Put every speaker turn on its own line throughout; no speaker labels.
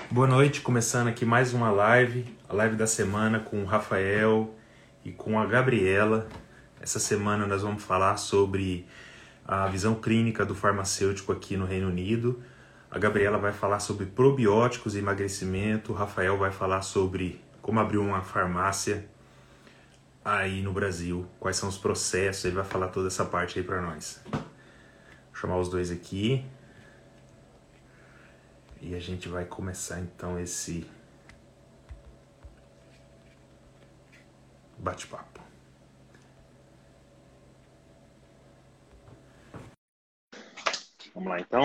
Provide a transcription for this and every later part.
Boa noite, começando aqui mais uma live, a live da semana com o Rafael e com a Gabriela. Essa semana nós vamos falar sobre a visão clínica do farmacêutico aqui no Reino Unido. A Gabriela vai falar sobre probióticos e emagrecimento, o Rafael vai falar sobre como abrir uma farmácia aí no Brasil, quais são os processos, ele vai falar toda essa parte aí para nós. Vou chamar os dois aqui. E a gente vai começar então esse bate-papo. Vamos lá então.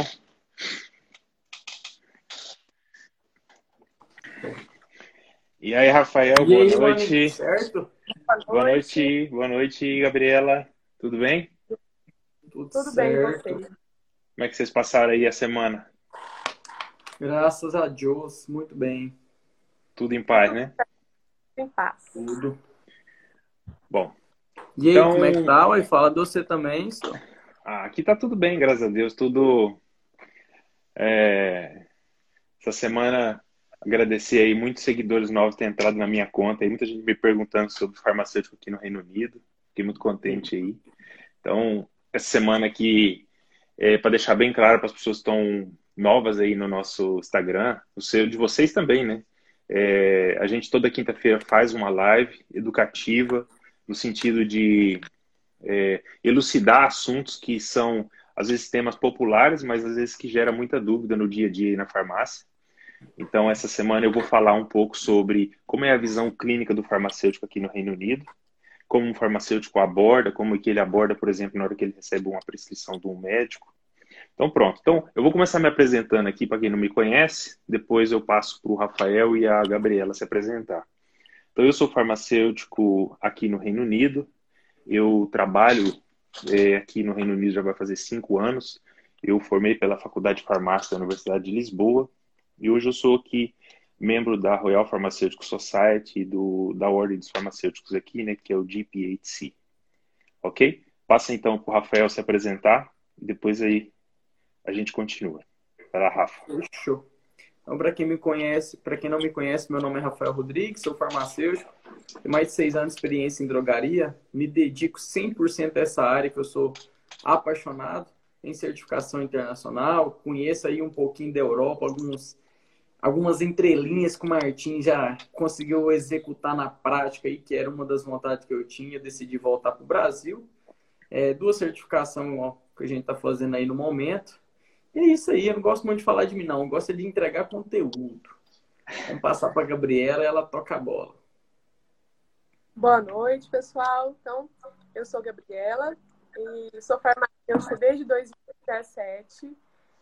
E aí, Rafael,
E
boa
aí,
noite.
mano, certo?
Boa noite, Gabriela. Tudo bem?
Tudo
bem,
certo.
vocês?
Como é que vocês passaram aí a semana?
Graças a Deus, muito bem.
Tudo em paz, né?
Em paz.
Tudo.
Bom.
E aí,
Então,
como é que tá? Ué, fala de você também, só.
Aqui tá tudo bem, graças a Deus. Tudo. Essa semana, agradecer aí muitos seguidores novos terem entrado na minha conta. Aí, muita gente me perguntando sobre farmacêutico aqui no Reino Unido. Fiquei muito contente aí. Então, essa semana aqui, para deixar bem claro para as pessoas que estão novas aí no nosso Instagram, o seu de vocês também, né? A gente toda quinta-feira faz uma live educativa no sentido de elucidar assuntos que são, às vezes, temas populares, mas às vezes que gera muita dúvida no dia a dia aí na farmácia. Então, essa semana eu vou falar um pouco sobre como é a visão clínica do farmacêutico aqui no Reino Unido, como um farmacêutico aborda, como que ele aborda, por exemplo, na hora que ele recebe uma prescrição de um médico. Então, pronto. Então, eu vou começar me apresentando aqui para quem não me conhece, depois eu passo para o Rafael e a Gabriela se apresentar. Então, eu sou farmacêutico aqui no Reino Unido, eu trabalho aqui no Reino Unido já vai fazer 5 anos, eu formei pela Faculdade de Farmácia da Universidade de Lisboa, e hoje eu sou aqui membro da Royal Pharmaceutical Society e da Ordem dos Farmacêuticos aqui, né, que é o GPHC. Ok? Passa então para o Rafael se apresentar e depois aí a gente continua. Vai lá, Rafa.
Fechou. Então, para quem me conhece, para quem não me conhece, meu nome é Rafael Rodrigues, sou farmacêutico, tenho mais de 6 anos de experiência em drogaria, me dedico 100% a essa área que eu sou apaixonado, tenho certificação internacional, conheço aí um pouquinho da Europa, algumas entrelinhas que o Martim já conseguiu executar na prática aí, que era uma das vontades que eu tinha, decidi voltar para o Brasil. 2 certificações ó, que a gente está fazendo aí no momento. E é isso aí, eu não gosto muito de falar de mim, não. Eu gosto de entregar conteúdo. Vamos passar para a Gabriela e ela toca a bola.
Boa noite, pessoal. Então, eu sou Gabriela e sou farmacêutica desde 2017.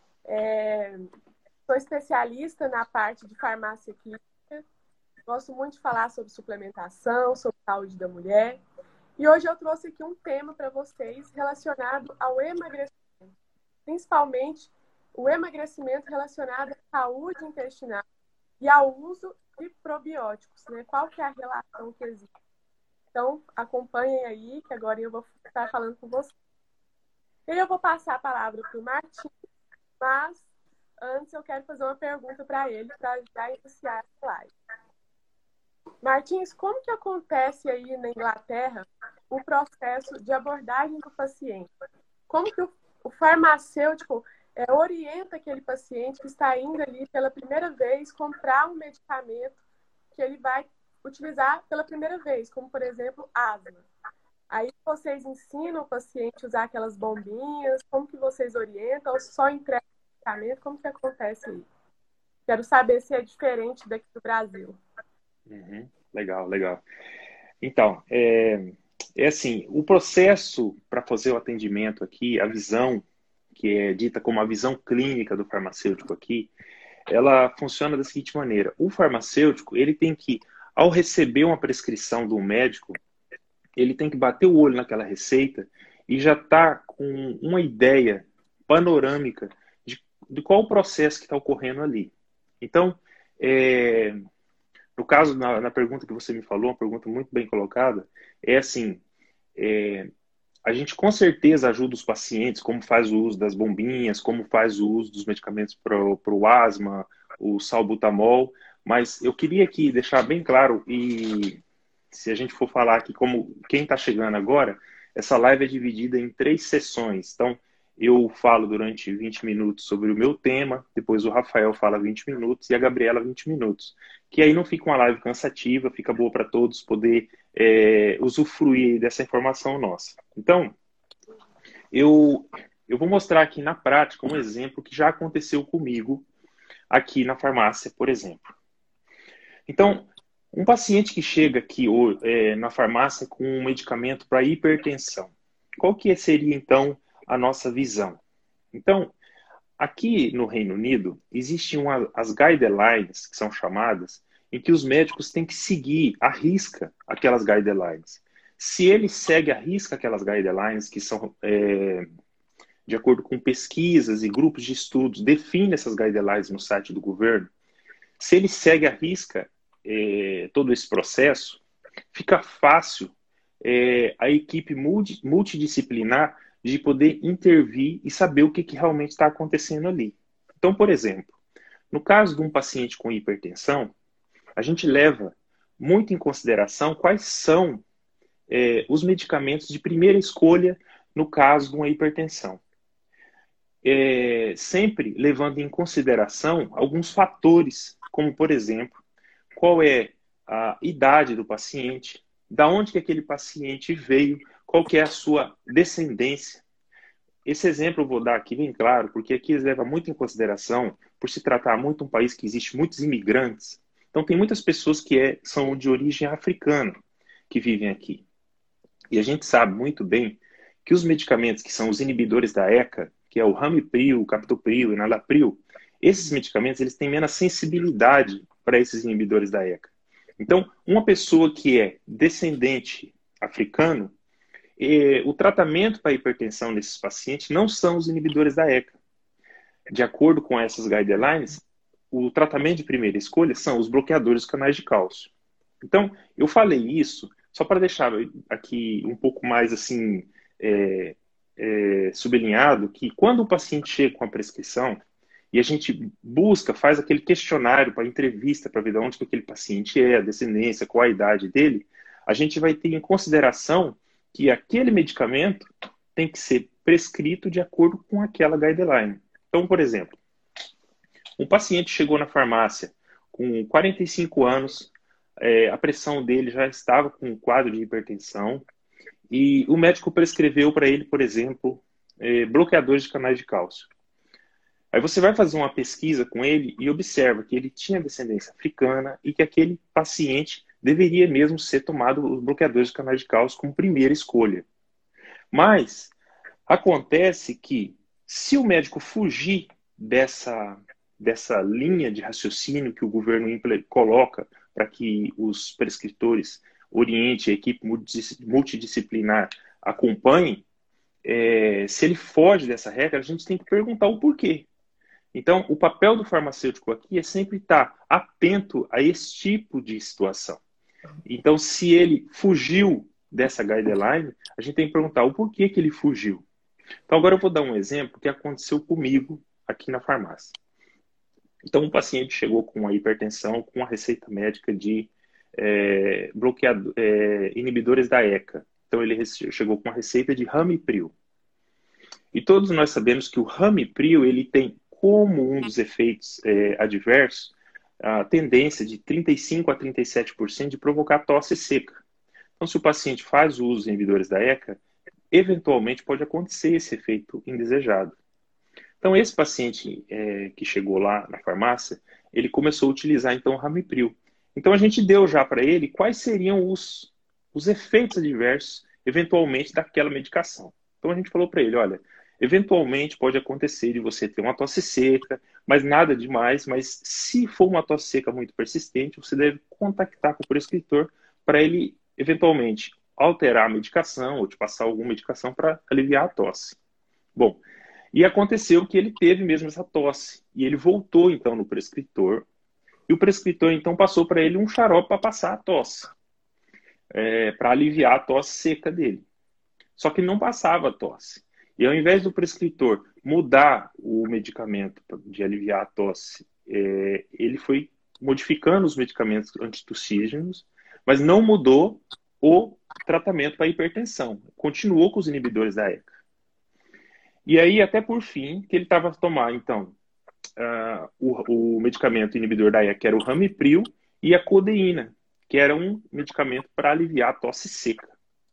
Sou especialista na parte de farmácia clínica. Gosto muito de falar sobre suplementação, sobre saúde da mulher. E hoje eu trouxe aqui um tema para vocês relacionado ao emagrecimento. Principalmente o emagrecimento relacionado à saúde intestinal e ao uso de probióticos, né? Qual que é a relação que existe? Então, acompanhem aí, que agora eu vou estar falando com vocês. E eu vou passar a palavra para o Martim, mas antes eu quero fazer uma pergunta para ele, para já iniciar essa live. Martins, como que acontece aí na Inglaterra o processo de abordagem do paciente? Como que o farmacêutico orienta aquele paciente que está indo ali pela primeira vez comprar um medicamento que ele vai utilizar pela primeira vez, como, por exemplo, asma. Aí vocês ensinam o paciente a usar aquelas bombinhas, como que vocês orientam, ou só entregam o medicamento, como que acontece aí? Quero saber se é diferente daqui do Brasil.
Legal, legal. Então, assim, o processo para fazer o atendimento aqui, a visão, que é dita como a visão clínica do farmacêutico aqui, ela funciona da seguinte maneira. O farmacêutico, ele tem que, ao receber uma prescrição do médico, ele tem que bater o olho naquela receita e já tá com uma ideia panorâmica de qual o processo que está ocorrendo ali. Então, no caso, na pergunta que você me falou, uma pergunta muito bem colocada, é assim, a gente com certeza ajuda os pacientes, como faz o uso das bombinhas, como faz o uso dos medicamentos para o asma o salbutamol, mas eu queria aqui deixar bem claro, e se a gente for falar aqui como quem está chegando agora, essa live é dividida em 3 sessões. Então, eu falo durante 20 minutos sobre o meu tema, depois o Rafael fala 20 minutos e a Gabriela 20 minutos. Que aí não fica uma live cansativa, fica boa para todos poder usufruir dessa informação nossa. Então, eu vou mostrar aqui na prática um exemplo que já aconteceu comigo aqui na farmácia, por exemplo. Então, um paciente que chega aqui na farmácia com um medicamento para hipertensão, qual que seria, então, a nossa visão? Então, aqui no Reino Unido, existem as guidelines, que são chamadas, em que os médicos têm que seguir à risca aquelas guidelines. Se ele segue à risca aquelas guidelines, que são, de acordo com pesquisas e grupos de estudos, definem essas guidelines no site do governo, se ele segue à risca todo esse processo, fica fácil a equipe multidisciplinar de poder intervir e saber o que realmente está acontecendo ali. Então, por exemplo, no caso de um paciente com hipertensão, a gente leva muito em consideração quais são os medicamentos de primeira escolha no caso de uma hipertensão. Sempre levando em consideração alguns fatores, como, por exemplo, qual é a idade do paciente, da onde que aquele paciente veio, qual que é a sua descendência. Esse exemplo eu vou dar aqui bem claro, porque aqui eles levam muito em consideração, por se tratar muito um país que existe muitos imigrantes. Então tem muitas pessoas que são de origem africana que vivem aqui. E a gente sabe muito bem que os medicamentos que são os inibidores da ECA, que é o Ramipril, o Captopril e Enalapril, esses medicamentos eles têm menos sensibilidade para esses inibidores da ECA. Então, uma pessoa que é descendente africano, o tratamento para hipertensão nesses pacientes não são os inibidores da ECA. De acordo com essas guidelines, o tratamento de primeira escolha são os bloqueadores dos canais de cálcio. Então, eu falei isso só para deixar aqui um pouco mais assim sublinhado que quando o paciente chega com a prescrição e a gente faz aquele questionário para entrevista para ver de onde que aquele paciente a descendência, qual a idade dele, a gente vai ter em consideração que aquele medicamento tem que ser prescrito de acordo com aquela guideline. Então, por exemplo, um paciente chegou na farmácia com 45 anos, a pressão dele já estava com um quadro de hipertensão e o médico prescreveu para ele, por exemplo, bloqueadores de canais de cálcio. Aí você vai fazer uma pesquisa com ele e observa que ele tinha descendência africana e que aquele paciente deveria mesmo ser tomado os bloqueadores de canais de cálcio como primeira escolha. Mas acontece que se o médico fugir dessa linha de raciocínio que o governo coloca para que os prescritores orientem a equipe multidisciplinar acompanhem, se ele foge dessa regra, a gente tem que perguntar o porquê. Então, o papel do farmacêutico aqui é sempre estar atento a esse tipo de situação. Então, se ele fugiu dessa guideline, a gente tem que perguntar o porquê que ele fugiu. Então, agora eu vou dar um exemplo que aconteceu comigo aqui na farmácia. Então, um paciente chegou com a hipertensão com a receita médica de inibidores da ECA. Então, ele chegou com a receita de Ramipril. E todos nós sabemos que o Ramipril ele tem como um dos efeitos adversos a tendência de 35% a 37% de provocar tosse seca. Então, se o paciente faz o uso de inibidores da ECA, eventualmente pode acontecer esse efeito indesejado. Então, esse paciente que chegou lá na farmácia, ele começou a utilizar, então, o Ramipril. Então, a gente deu já para ele quais seriam os efeitos adversos, eventualmente, daquela medicação. Então, a gente falou para ele, olha, eventualmente pode acontecer de você ter uma tosse seca, mas nada demais, mas se for uma tosse seca muito persistente, você deve contactar com o prescritor para ele, eventualmente, alterar a medicação ou te passar alguma medicação para aliviar a tosse. Bom, e aconteceu que ele teve mesmo essa tosse, e ele voltou, então, no prescritor, e o prescritor, então, passou para ele um xarope para passar a tosse, para aliviar a tosse seca dele. Só que não passava a tosse. E ao invés do prescritor mudar o medicamento de aliviar a tosse ele foi modificando os medicamentos antitussígenos, mas não mudou o tratamento para a hipertensão. Continuou com os inibidores da ECA. E aí, até por fim, que ele estava a tomar, então, o medicamento inibidor da ECA, que era o Ramipril, e a codeína, que era um medicamento para aliviar a tosse seca.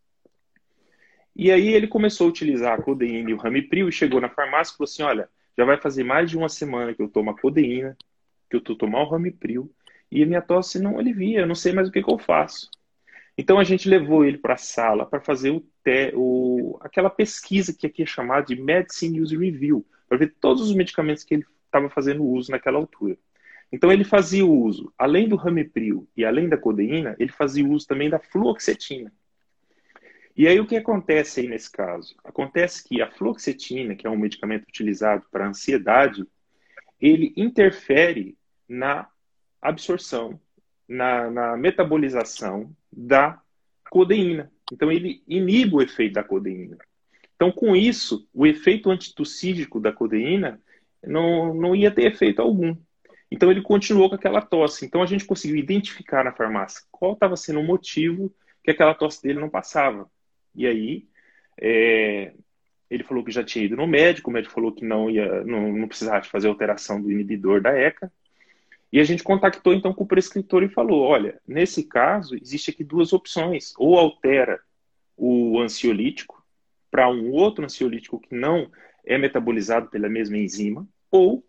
E aí ele começou a utilizar a codeína e o Ramipril e chegou na farmácia e falou assim, olha, já vai fazer mais de uma semana que eu tomo a codeína, que eu estou tomando o Ramipril, e a minha tosse não alivia, eu não sei mais o que eu faço. Então a gente levou ele para a sala para fazer aquela pesquisa que aqui é chamada de Medicine Use Review, para ver todos os medicamentos que ele estava fazendo uso naquela altura. Então ele fazia o uso, além do Ramipril e além da codeína, ele fazia o uso também da fluoxetina. E aí o que acontece aí nesse caso? Acontece que a fluoxetina, que é um medicamento utilizado para ansiedade, ele interfere na absorção, na metabolização da codeína. Então ele inibe o efeito da codeína. Então com isso, o efeito antitussídico da codeína não ia ter efeito algum. Então ele continuou com aquela tosse. Então a gente conseguiu identificar na farmácia qual estava sendo o motivo que aquela tosse dele não passava. E aí ele falou que já tinha ido no médico, o médico falou que não precisava de fazer alteração do inibidor da ECA. E a gente contactou então com o prescritor e falou, olha, nesse caso existe aqui duas opções, ou altera o ansiolítico para um outro ansiolítico que não é metabolizado pela mesma enzima, ou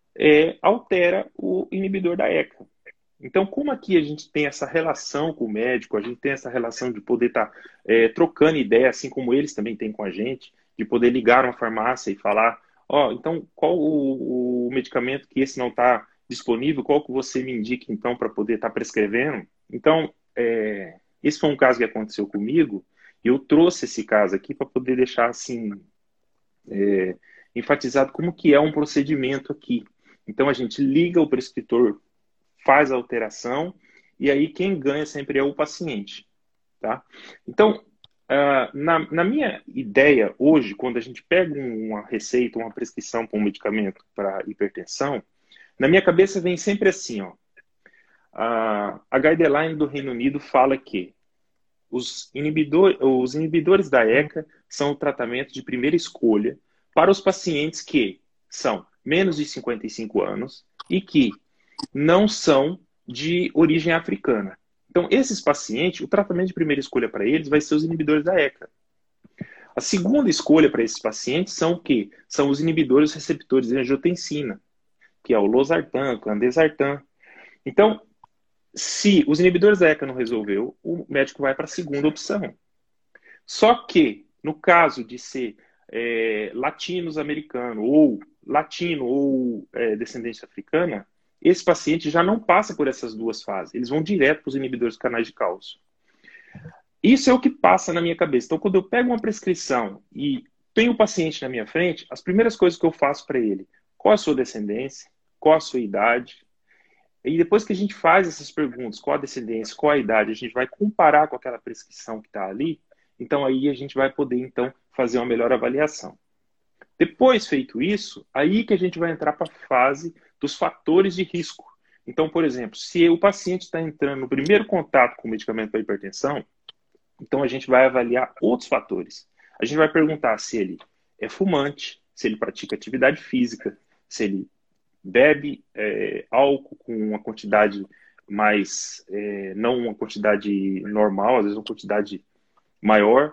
altera o inibidor da ECA. Então, como aqui a gente tem essa relação com o médico, a gente tem essa relação de poder estar trocando ideia, assim como eles também têm com a gente, de poder ligar uma farmácia e falar, então qual o medicamento que esse não está disponível, qual que você me indica então para poder estar prescrevendo? Então, esse foi um caso que aconteceu comigo, e eu trouxe esse caso aqui para poder deixar assim enfatizado como que é um procedimento aqui. Então, a gente liga o prescritor, faz a alteração, e aí quem ganha sempre é o paciente. Tá? Então, na minha ideia hoje, quando a gente pega uma receita, uma prescrição para um medicamento para hipertensão, na minha cabeça vem sempre assim, a guideline do Reino Unido fala que os inibidores da ECA são o tratamento de primeira escolha para os pacientes que são menos de 55 anos e que não são de origem africana. Então, esses pacientes, o tratamento de primeira escolha para eles vai ser os inibidores da ECA. A segunda escolha para esses pacientes são o quê? São os inibidores receptores de angiotensina, que é o losartan, o candesartan. Então, se os inibidores da ECA não resolveu, o médico vai para a segunda opção. Só que, no caso de ser latinos-americano, ou latino, ou descendência africana, esse paciente já não passa por essas duas fases. Eles vão direto para os inibidores de canais de cálcio. Isso é o que passa na minha cabeça. Então, quando eu pego uma prescrição e tenho o paciente na minha frente, as primeiras coisas que eu faço para ele, qual a sua descendência, qual a sua idade, e depois que a gente faz essas perguntas, qual a descendência, qual a idade, a gente vai comparar com aquela prescrição que está ali, então aí a gente vai poder, então, fazer uma melhor avaliação. Depois feito isso, aí que a gente vai entrar para a fase dos fatores de risco. Então, por exemplo, se o paciente está entrando no primeiro contato com o medicamento para hipertensão, então a gente vai avaliar outros fatores. A gente vai perguntar se ele é fumante, se ele pratica atividade física, se ele bebe álcool com uma quantidade mais, não uma quantidade normal, às vezes uma quantidade maior.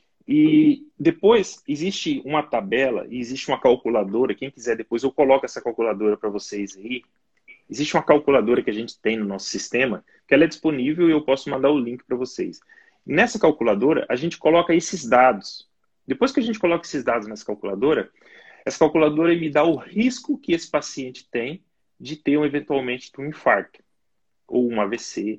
E depois existe uma tabela e existe uma calculadora, quem quiser depois eu coloco essa calculadora para vocês aí. Existe uma calculadora que a gente tem no nosso sistema, que ela é disponível e eu posso mandar o link para vocês. Nessa calculadora, a gente coloca esses dados. Depois que a gente coloca esses dados nessa calculadora, essa calculadora me dá o risco que esse paciente tem de ter eventualmente um infarto, ou um AVC,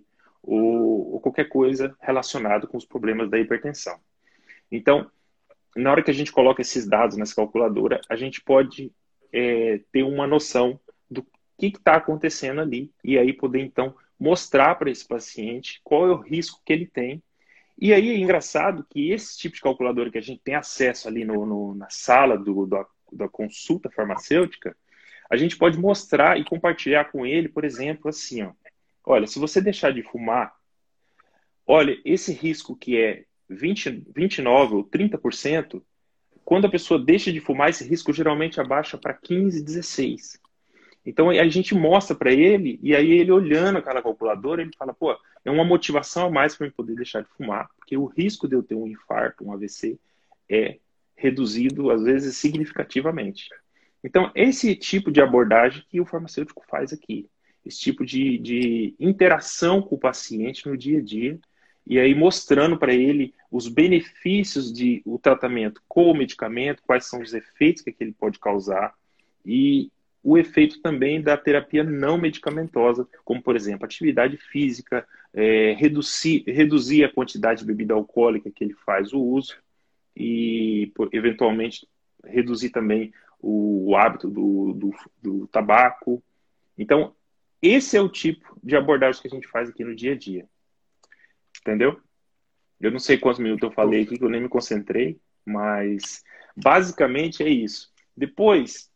ou qualquer coisa relacionada com os problemas da hipertensão. Então, na hora que a gente coloca esses dados nessa calculadora, a gente pode ter uma noção do que está acontecendo ali, e aí poder, então, mostrar para esse paciente qual é o risco que ele tem. E aí é engraçado que esse tipo de calculadora que a gente tem acesso ali na sala da consulta farmacêutica, a gente pode mostrar e compartilhar com ele, por exemplo, assim, ó, olha, se você deixar de fumar, olha, esse risco que é 29 ou 30%, quando a pessoa deixa de fumar, esse risco geralmente abaixa para 15, 16. Então a gente mostra para ele, e aí ele olhando aquela calculadora, ele fala, pô, é uma motivação a mais para eu poder deixar de fumar, porque o risco de eu ter um infarto, um AVC, é reduzido, às vezes, significativamente. Então, esse tipo de abordagem que o farmacêutico faz aqui, esse tipo de interação com o paciente no dia a dia, e aí mostrando para ele os benefícios de o tratamento com o medicamento, quais são os efeitos que ele pode causar, e o efeito também da terapia não medicamentosa, como, por exemplo, atividade física, reduzir a quantidade de bebida alcoólica que ele faz o uso e, eventualmente, reduzir também o hábito do tabaco. Então, esse é o tipo de abordagem que a gente faz aqui no dia a dia. Entendeu? Eu não sei quantos minutos eu falei aqui, que eu nem me concentrei, mas basicamente é isso. Depois,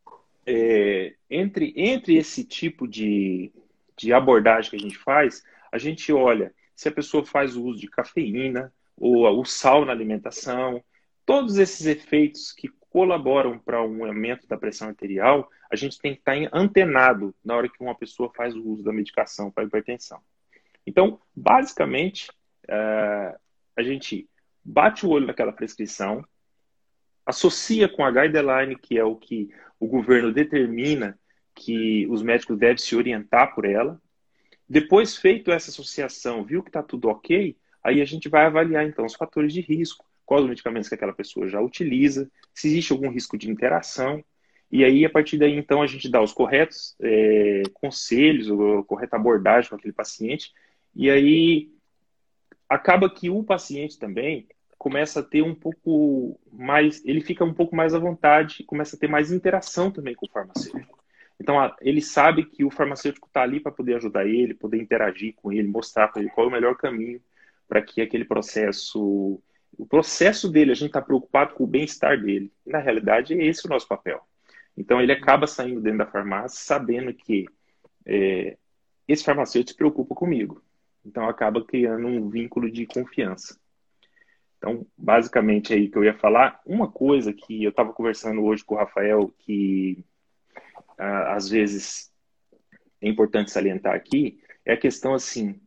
entre esse tipo de abordagem que a gente faz, a gente olha se a pessoa faz o uso de cafeína ou o sal na alimentação, todos esses efeitos que colaboram para um aumento da pressão arterial, a gente tem que estar antenado na hora que uma pessoa faz o uso da medicação para hipertensão. Então, basicamente, a gente bate o olho naquela prescrição, associa com a guideline, que é o que o governo determina que os médicos devem se orientar por ela. Depois, feito essa associação, viu que está tudo ok, aí a gente vai avaliar, então, os fatores de risco, quais os medicamentos que aquela pessoa já utiliza, se existe algum risco de interação, e aí, a partir daí, então, a gente dá os corretos conselhos, a correta abordagem com aquele paciente, e aí acaba que o paciente também começa a ter um pouco mais, ele fica um pouco mais à vontade, começa a ter mais interação também com o farmacêutico. Então, ele sabe que o farmacêutico está ali para poder ajudar ele, poder interagir com ele, mostrar para ele qual é o melhor caminho para que aquele processo, o processo dele, a gente está preocupado com o bem-estar dele. E, na realidade, é esse o nosso papel. Então, ele acaba saindo dentro da farmácia sabendo que esse farmacêutico se preocupa comigo. Então, acaba criando um vínculo de confiança. Então, basicamente, é aí que eu ia falar. Uma coisa que eu estava conversando hoje com o Rafael, que às vezes é importante salientar aqui, é a questão assim,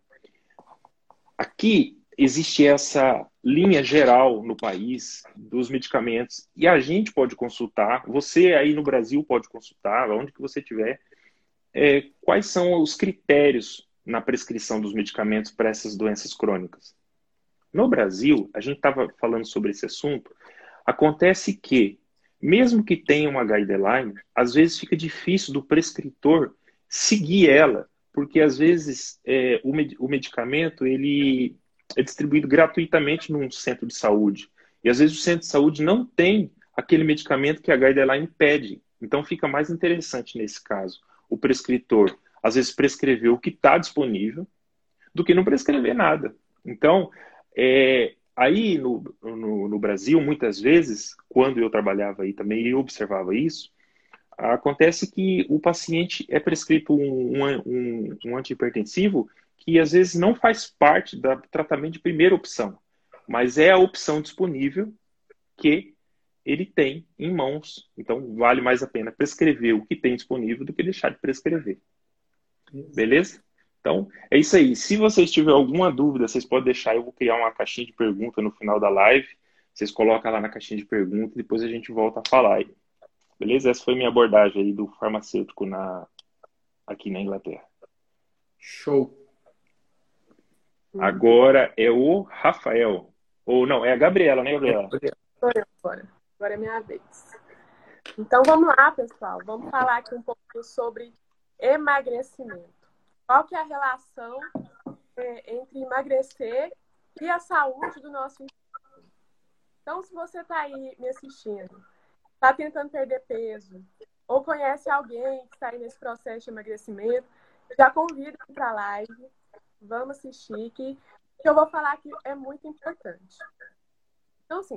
aqui existe essa linha geral no país dos medicamentos e a gente pode consultar, você aí no Brasil pode consultar, onde que você estiver, quais são os critérios na prescrição dos medicamentos para essas doenças crônicas. No Brasil, a gente estava falando sobre esse assunto, acontece que, mesmo que tenha uma guideline, às vezes fica difícil do prescritor seguir ela, porque às vezes o medicamento ele é distribuído gratuitamente num centro de saúde, e às vezes o centro de saúde não tem aquele medicamento que a guideline pede. Então fica mais interessante nesse caso o prescritor, às vezes, prescrever o que está disponível do que não prescrever nada. Então, aí no Brasil, muitas vezes, quando eu trabalhava aí também e observava isso, acontece que o paciente é prescrito um antihipertensivo que às vezes não faz parte do tratamento de primeira opção, mas é a opção disponível que ele tem em mãos. Então, vale mais a pena prescrever o que tem disponível do que deixar de prescrever. Beleza? Então, é isso aí. Se vocês tiverem alguma dúvida, vocês podem deixar. Eu vou criar uma caixinha de pergunta no final da live. Vocês colocam lá na caixinha de pergunta e depois a gente volta a falar aí. Beleza? Essa foi minha abordagem aí do farmacêutico aqui na Inglaterra.
Show.
Agora é o Rafael. Ou não, é a Gabriela, né, Gabriela?
Sou eu agora. Agora é minha vez. Então vamos lá, pessoal. Vamos falar aqui um pouco sobre emagrecimento. Qual que é a relação entre emagrecer e a saúde do nosso intestino? Então, se você está aí me assistindo, está tentando perder peso, ou conhece alguém que está aí nesse processo de emagrecimento, já convido para a live. Vamos assistir, que eu vou falar que é muito importante. Então, assim,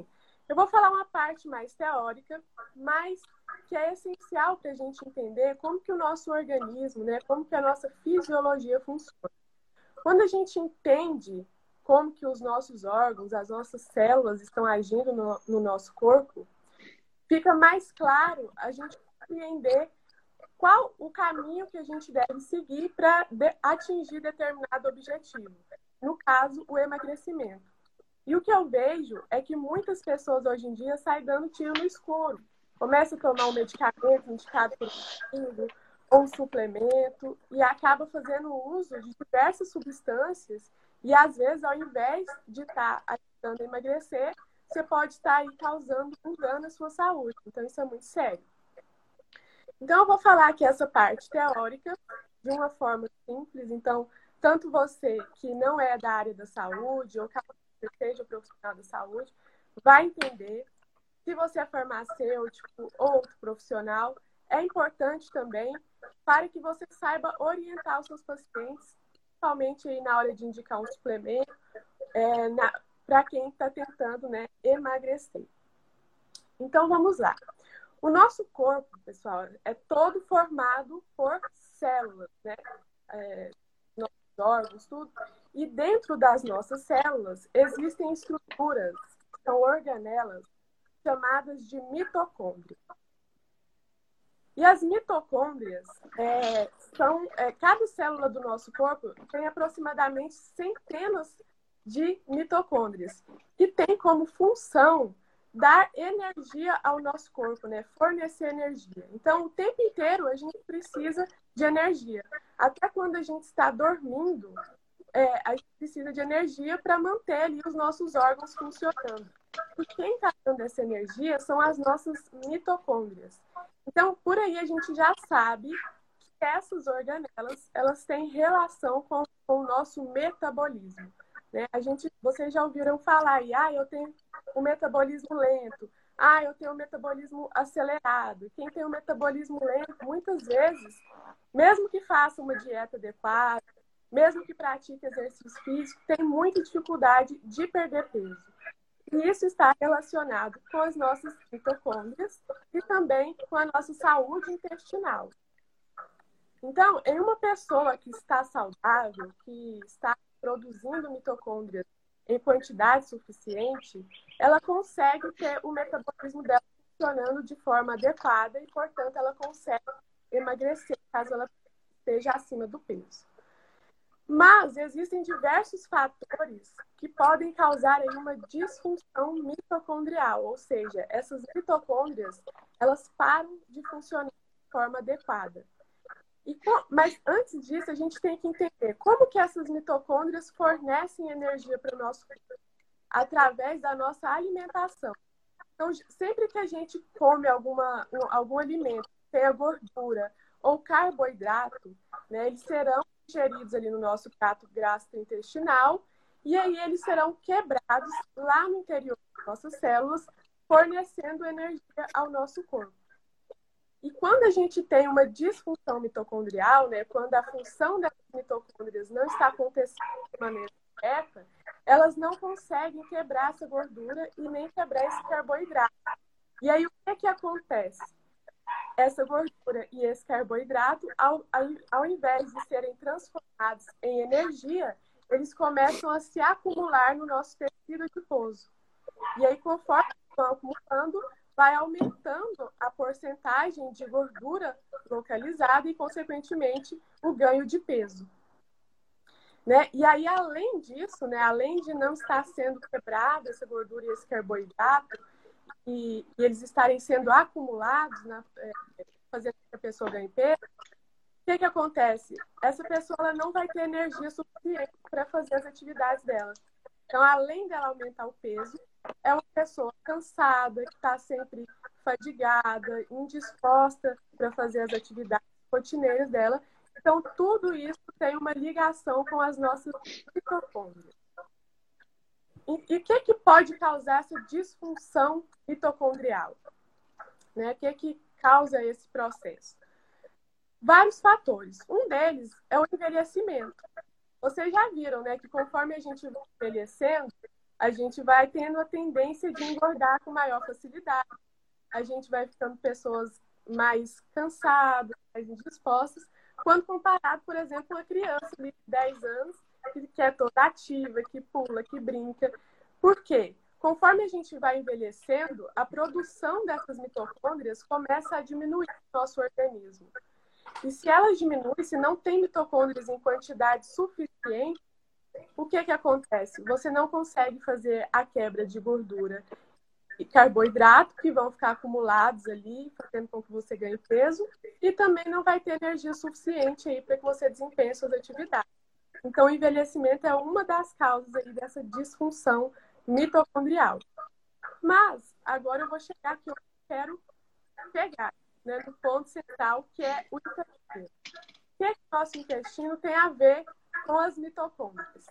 Eu vou falar uma parte mais teórica, mas que é essencial para a gente entender como que o nosso organismo, né, como que a nossa fisiologia funciona. Quando a gente entende como que os nossos órgãos, as nossas células estão agindo no nosso corpo, fica mais claro a gente compreender qual o caminho que a gente deve seguir para atingir determinado objetivo. No caso, o emagrecimento. E o que eu vejo é que muitas pessoas hoje em dia saem dando tiro no escuro. Começa a tomar um medicamento indicado por um ou um suplemento e acaba fazendo uso de diversas substâncias e, às vezes, ao invés de estar ajudando a emagrecer, você pode estar aí causando um dano à sua saúde. Então, isso é muito sério. Então, eu vou falar aqui essa parte teórica de uma forma simples. Então, tanto você que não é da área da saúde ou caso você seja profissional da saúde, vai entender. Se você é farmacêutico ou outro profissional, é importante também para que você saiba orientar os seus pacientes, principalmente aí na hora de indicar um suplemento, para quem está tentando, né, emagrecer. Então, vamos lá. O nosso corpo, pessoal, é todo formado por células, né? Nossos órgãos, tudo. E dentro das nossas células existem estruturas, são organelas, chamadas de mitocôndrias. E as mitocôndrias cada célula do nosso corpo tem aproximadamente centenas de mitocôndrias, que tem como função dar energia ao nosso corpo, né? Fornecer energia. Então, o tempo inteiro a gente precisa de energia. Até quando a gente está dormindo, a gente precisa de energia para manter ali os nossos órgãos funcionando. E quem está dando essa energia são as nossas mitocôndrias. Então, por aí a gente já sabe que essas organelas, elas têm relação com o nosso metabolismo. Né? Vocês já ouviram falar aí, eu tenho um metabolismo lento, eu tenho um metabolismo acelerado. Quem tem um metabolismo lento, muitas vezes, mesmo que faça uma dieta adequada, mesmo que pratique exercício físico, tem muita dificuldade de perder peso. E isso está relacionado com as nossas mitocôndrias e também com a nossa saúde intestinal. Então, em uma pessoa que está saudável, que está produzindo mitocôndrias em quantidade suficiente, ela consegue ter o metabolismo dela funcionando de forma adequada e, portanto, ela consegue emagrecer caso ela esteja acima do peso. Mas existem diversos fatores que podem causar aí uma disfunção mitocondrial, ou seja, essas mitocôndrias, elas param de funcionar de forma adequada. Mas antes disso, a gente tem que entender como que essas mitocôndrias fornecem energia para o nosso corpo através da nossa alimentação. Então, sempre que a gente come algum alimento que tenha gordura ou carboidrato, né, eles serão ingeridos ali no nosso trato gastrointestinal e aí eles serão quebrados lá no interior das nossas células, fornecendo energia ao nosso corpo. E quando a gente tem uma disfunção mitocondrial, né, quando a função das mitocôndrias não está acontecendo de maneira correta, elas não conseguem quebrar essa gordura e nem quebrar esse carboidrato. E aí, o que acontece? Essa gordura e esse carboidrato, ao invés de serem transformados em energia, eles começam a se acumular no nosso tecido adiposo. E aí, conforme vão acumulando, vai aumentando a porcentagem de gordura localizada e, consequentemente, o ganho de peso. Né? E aí, além disso, né, além de não estar sendo quebrada essa gordura e esse carboidrato, e eles estarem sendo acumulados, né, fazendo com que a pessoa ganhe peso, o que acontece? Essa pessoa ela não vai ter energia suficiente para fazer as atividades dela. Então, além dela aumentar o peso, é uma pessoa cansada, que está sempre fadigada, indisposta para fazer as atividades rotineiras dela. Então, tudo isso tem uma ligação com as nossas mitocôndrias. E o que pode causar essa disfunção mitocondrial? Né? O que causa esse processo? Vários fatores. Um deles é o envelhecimento. Vocês já viram, né, que conforme a gente vai envelhecendo, a gente vai tendo a tendência de engordar com maior facilidade. A gente vai ficando pessoas mais cansadas, mais indispostas, quando comparado, por exemplo, com uma criança de 10 anos, que é toda ativa, que pula, que brinca. Por quê? Conforme a gente vai envelhecendo, a produção dessas mitocôndrias começa a diminuir no nosso organismo. E se ela diminui, se não tem mitocôndrias em quantidade suficiente, o que acontece? Você não consegue fazer a quebra de gordura e carboidrato, que vão ficar acumulados ali, fazendo com que você ganhe peso, e também não vai ter energia suficiente aí para que você desempenhe suas atividades. Então, o envelhecimento é uma das causas aí dessa disfunção mitocondrial. Mas, agora eu vou chegar aqui, eu quero chegar, né, no ponto central, que é o intestino. O que o nosso intestino tem a ver com as mitocôndrias?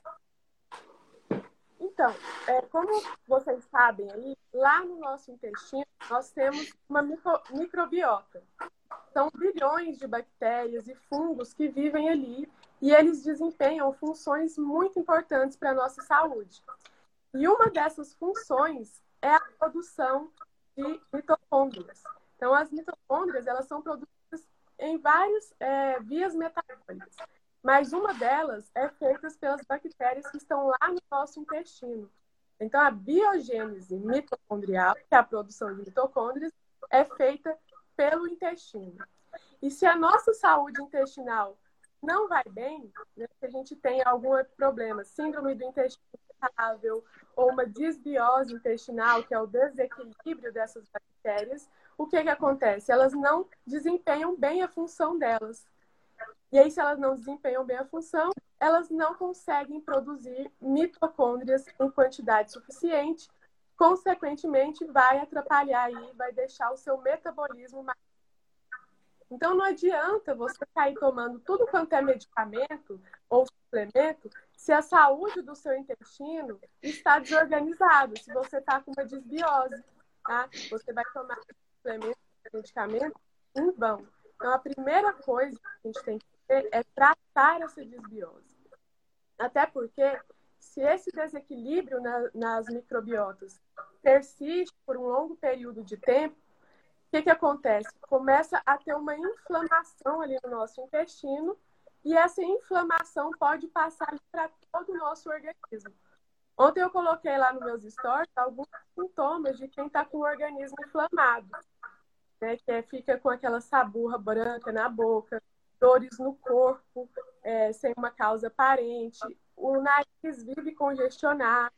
Então, como vocês sabem aí, lá no nosso intestino, nós temos uma microbiota. São bilhões de bactérias e fungos que vivem ali e eles desempenham funções muito importantes para a nossa saúde. E uma dessas funções é a produção de mitocôndrias. Então, as mitocôndrias, elas são produzidas em várias vias metabólicas. Mas uma delas é feita pelas bactérias que estão lá no nosso intestino. Então, a biogênese mitocondrial, que é a produção de mitocôndrias, é feita pelo intestino. E se a nossa saúde intestinal não vai bem, né, se a gente tem algum problema, síndrome do intestino irritável ou uma disbiose intestinal, que é o desequilíbrio dessas bactérias, o que acontece? Elas não desempenham bem a função delas. E aí, se elas não desempenham bem a função, elas não conseguem produzir mitocôndrias em quantidade suficiente. Consequentemente, vai atrapalhar aí, vai deixar o seu metabolismo mais. Então, não adianta você sair tomando tudo quanto é medicamento ou suplemento se a saúde do seu intestino está desorganizada, se você está com uma desbiose, tá? Você vai tomar suplemento, medicamento em vão. Então, a primeira coisa que a gente tem que fazer é tratar essa desbiose. Até porque, se esse desequilíbrio nas microbiotas persiste por um longo período de tempo, o que acontece? Começa a ter uma inflamação ali no nosso intestino e essa inflamação pode passar para todo o nosso organismo. Ontem eu coloquei lá nos meus stories alguns sintomas de quem está com o organismo inflamado, né? Que fica com aquela saburra branca na boca, dores no corpo, sem uma causa aparente, o nariz vive congestionado,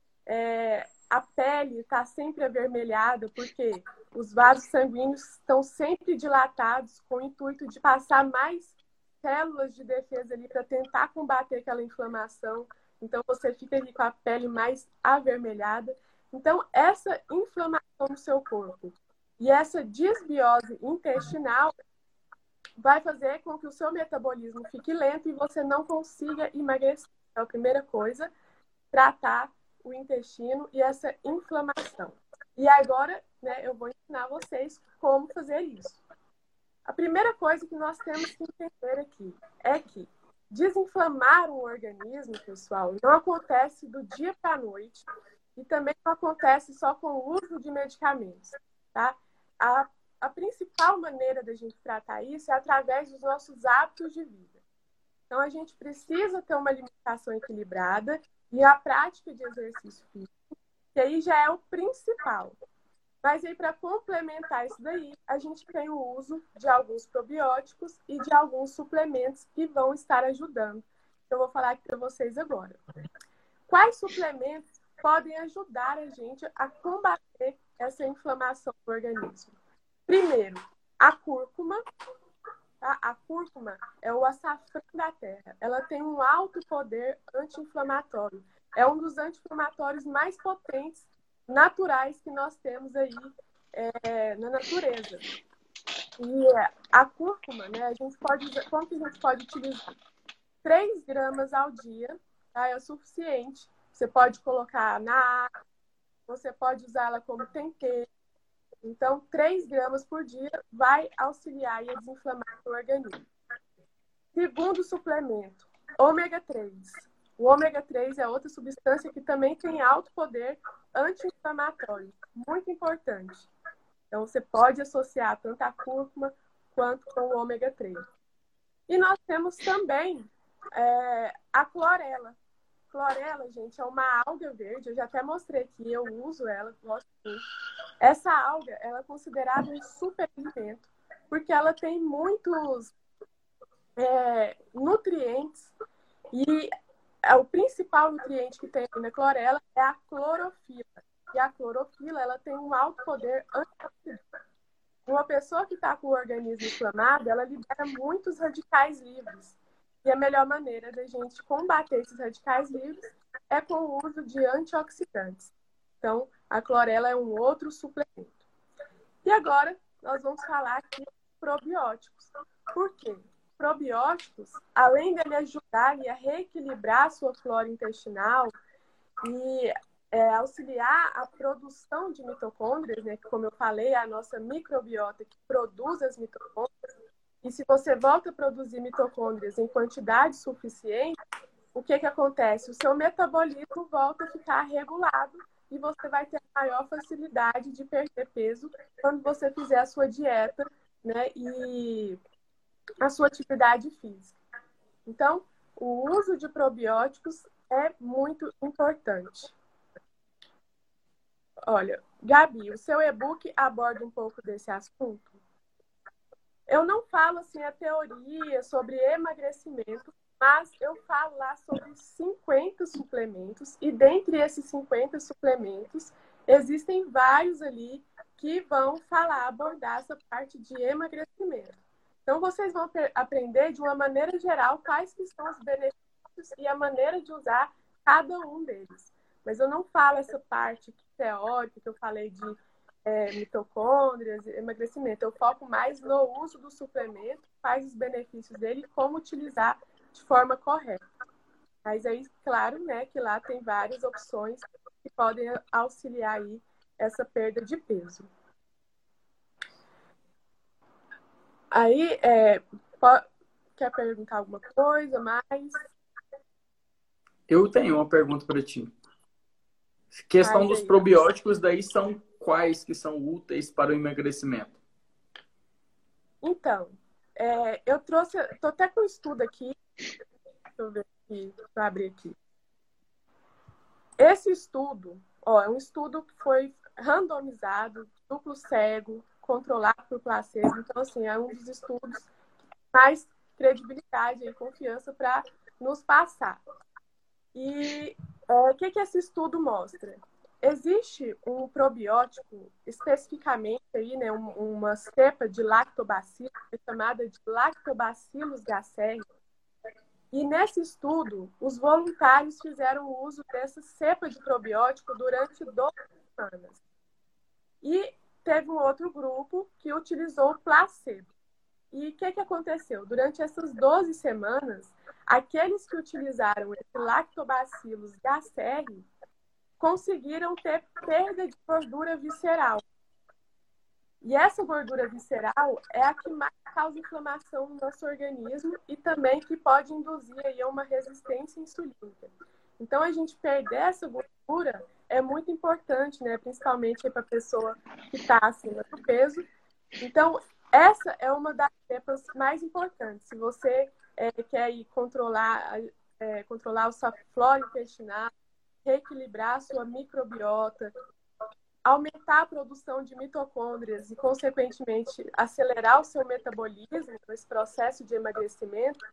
a pele está sempre avermelhada, porque os vasos sanguíneos estão sempre dilatados com o intuito de passar mais células de defesa ali para tentar combater aquela inflamação. Então, você fica ali com a pele mais avermelhada. Então, essa inflamação no seu corpo e essa desbiose intestinal vai fazer com que o seu metabolismo fique lento e você não consiga emagrecer. Então, a primeira coisa, tratar o intestino e essa inflamação. E agora, né, eu vou ensinar vocês como fazer isso. A primeira coisa que nós temos que entender aqui é que desinflamar um organismo, pessoal, não acontece do dia para a noite e também não acontece só com o uso de medicamentos, tá? A principal maneira da gente tratar isso é através dos nossos hábitos de vida. Então, a gente precisa ter uma alimentação equilibrada e a prática de exercício físico, que aí já é o principal. Mas aí, para complementar isso daí, a gente tem o uso de alguns probióticos e de alguns suplementos que vão estar ajudando. Eu vou falar aqui para vocês agora. Quais suplementos podem ajudar a gente a combater essa inflamação do organismo? Primeiro, a cúrcuma. Tá? A cúrcuma é o açafrão da terra. Ela tem um alto poder anti-inflamatório. É um dos anti-inflamatórios mais potentes, naturais, que nós temos aí na natureza. E a cúrcuma, né, a gente pode usar, como que a gente pode utilizar? 3 gramas ao dia, tá? É o suficiente. Você pode colocar na água, você pode usá-la como tempero. Então, 3 gramas por dia vai auxiliar a desinflamar o organismo. Segundo suplemento, ômega 3. O ômega 3 é outra substância que também tem alto poder anti-inflamatório, muito importante. Então, você pode associar tanto a cúrcuma quanto com o ômega 3. E nós temos também a clorela. Clorela, gente, é uma alga verde. Eu já até mostrei aqui, eu uso ela, gosto muito. Essa alga, ela é considerada um superalimento, porque ela tem muitos nutrientes e o principal nutriente que tem na clorela é a clorofila. E a clorofila, ela tem um alto poder antioxidante. Uma pessoa que está com o organismo inflamado, ela libera muitos radicais livres. E a melhor maneira da gente combater esses radicais livres é com o uso de antioxidantes. Então, a clorela é um outro suplemento. E agora, nós vamos falar aqui de probióticos. Por quê? Probióticos, além dele ajudar a reequilibrar a sua flora intestinal e auxiliar a produção de mitocôndrias, né, que, como eu falei, é a nossa microbiota que produz as mitocôndrias. E se você volta a produzir mitocôndrias em quantidade suficiente, o que acontece? O seu metabolismo volta a ficar regulado e você vai ter maior facilidade de perder peso quando você fizer a sua dieta, né, e a sua atividade física. Então, o uso de probióticos é muito importante. Olha, Gabi, o seu e-book aborda um pouco desse assunto? Eu não falo assim a teoria sobre emagrecimento, mas eu falo lá sobre 50 suplementos e dentre esses 50 suplementos existem vários ali que vão abordar essa parte de emagrecimento. Então vocês vão aprender de uma maneira geral quais que são os benefícios e a maneira de usar cada um deles. Mas eu não falo essa parte teórica que eu falei de mitocôndrias, emagrecimento. Eu foco mais no uso do suplemento, quais os benefícios dele e como utilizar de forma correta. Mas aí, claro, né, que lá tem várias opções que podem auxiliar aí essa perda de peso. Aí, quer perguntar alguma coisa mais?
Eu tenho uma pergunta para ti. Questão dos probióticos, daí são quais que são úteis para o emagrecimento?
Então, eu trouxe, estou até com um estudo aqui, deixa eu ver aqui, vou abrir aqui. Esse estudo, é um estudo que foi randomizado, duplo cego, controlado por placebo. Então, assim, é um dos estudos que mais credibilidade e confiança para nos passar. E o que esse estudo mostra? Existe um probiótico, especificamente aí, né, uma cepa de lactobacillus, chamada de Lactobacillus gasseri. E nesse estudo, os voluntários fizeram uso dessa cepa de probiótico durante 12 semanas. E teve um outro grupo que utilizou o placebo. E o que aconteceu? Durante essas 12 semanas, aqueles que utilizaram esse Lactobacillus gasseri conseguiram ter perda de gordura visceral. E essa gordura visceral é a que mais causa inflamação no nosso organismo e também que pode induzir aí a uma resistência insulínica. Então, a gente perder essa gordura é muito importante, né? Principalmente para a pessoa que está acima do peso. Então, essa é uma das cepas mais importantes. Se você quer ir controlar a sua flora intestinal, reequilibrar a sua microbiota, aumentar a produção de mitocôndrias e, consequentemente, acelerar o seu metabolismo nesse processo de emagrecimento,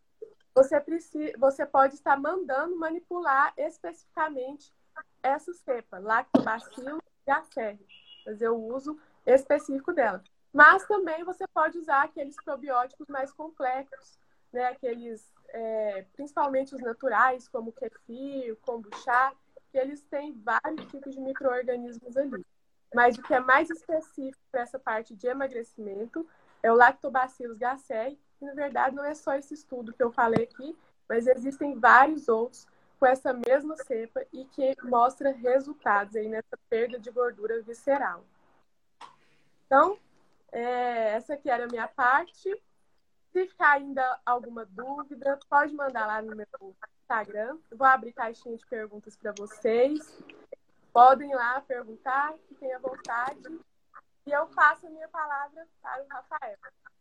você pode estar mandando manipular especificamente essa cepa, Lactobacillus gasseri, fazer o uso específico dela. Mas também você pode usar aqueles probióticos mais complexos, né? Aqueles, principalmente os naturais, como o kefir, o kombucha, que eles têm vários tipos de micro-organismos ali. Mas o que é mais específico para essa parte de emagrecimento é o Lactobacillus gasseri, e na verdade não é só esse estudo que eu falei aqui, mas existem vários outros com essa mesma cepa e que mostra resultados aí nessa perda de gordura visceral. Então, essa aqui era a minha parte. Se ficar ainda alguma dúvida, pode mandar lá no meu Instagram. Eu vou abrir caixinha de perguntas para vocês. Podem ir lá perguntar, fiquem à vontade. E eu passo a minha palavra para o Rafael.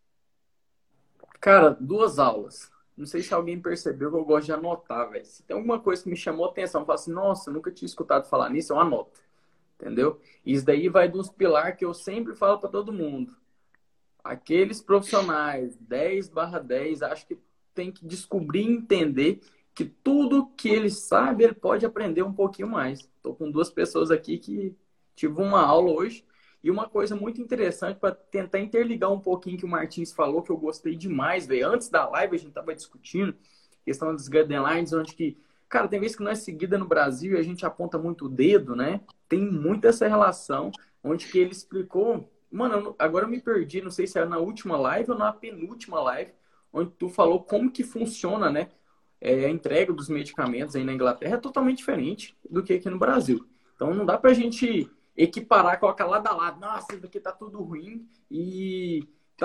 Cara, 2 aulas. Não sei se alguém percebeu que eu gosto de anotar, velho. Se tem alguma coisa que me chamou a atenção, eu falo assim, nossa, eu nunca tinha escutado falar nisso, eu anoto. Entendeu? Isso daí vai dos pilares que eu sempre falo para todo mundo. Aqueles profissionais 10/10, acho que tem que descobrir e entender que tudo que ele sabe, ele pode aprender um pouquinho mais. Estou com 2 pessoas aqui que tive uma aula hoje. E uma coisa muito interessante para tentar interligar um pouquinho que o Martins falou, que eu gostei demais, velho. Antes da live a gente estava discutindo questão dos guidelines, onde que, cara, tem vezes que não é seguida no Brasil e a gente aponta muito o dedo, né? Tem muito essa relação, onde que ele explicou. Mano, agora eu me perdi, não sei se era na última live ou na penúltima live, onde tu falou como que funciona, né? A entrega dos medicamentos aí na Inglaterra é totalmente diferente do que aqui no Brasil. Então não dá pra gente equiparar, colocar lado a lado. Nossa, isso daqui tá tudo ruim e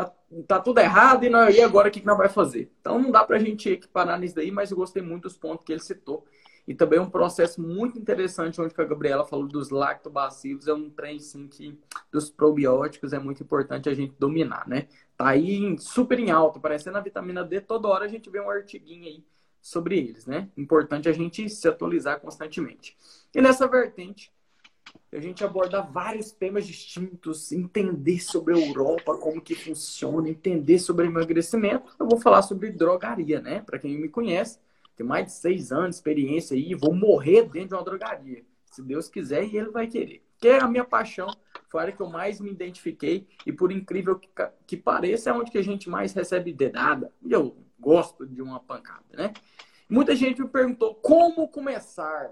tá tudo errado e agora o que nós vai fazer? Então não dá pra gente equiparar nisso daí, mas eu gostei muito dos pontos que ele citou. E também um processo muito interessante, onde a Gabriela falou dos lactobacilos, é um trem, sim, que dos probióticos é muito importante a gente dominar, né? Tá aí super em alta, parecendo a vitamina D, toda hora a gente vê um artiguinho aí sobre eles, né? Importante a gente se atualizar constantemente. E nessa vertente, a gente aborda vários temas distintos, entender sobre a Europa, como que funciona, entender sobre emagrecimento. Eu vou falar sobre drogaria, né? Para quem me conhece, tenho mais de 6 anos de experiência aí, vou morrer dentro de uma drogaria. Se Deus quiser, e Ele vai querer. Que é a minha paixão, foi a área que eu mais me identifiquei, e por incrível que pareça, é onde que a gente mais recebe dedada. E eu gosto de uma pancada, né? Muita gente me perguntou como começar.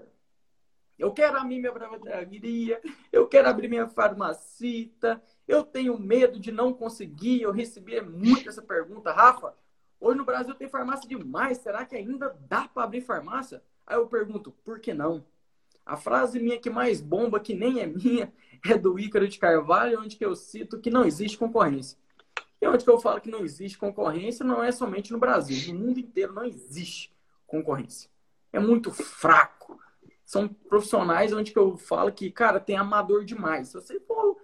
Eu quero abrir minha drogaria, eu quero abrir minha farmacita, eu tenho medo de não conseguir. Eu recebi muito essa pergunta. Rafa, hoje no Brasil tem farmácia demais, será que ainda dá para abrir farmácia? Aí eu pergunto, por que não? A frase minha que mais bomba, que nem é minha, é do Ícaro de Carvalho, onde que eu cito que não existe concorrência. E onde que eu falo que não existe concorrência não é somente no Brasil, no mundo inteiro não existe concorrência. É muito fraco. São profissionais onde que eu falo que, cara, tem amador demais. Se você for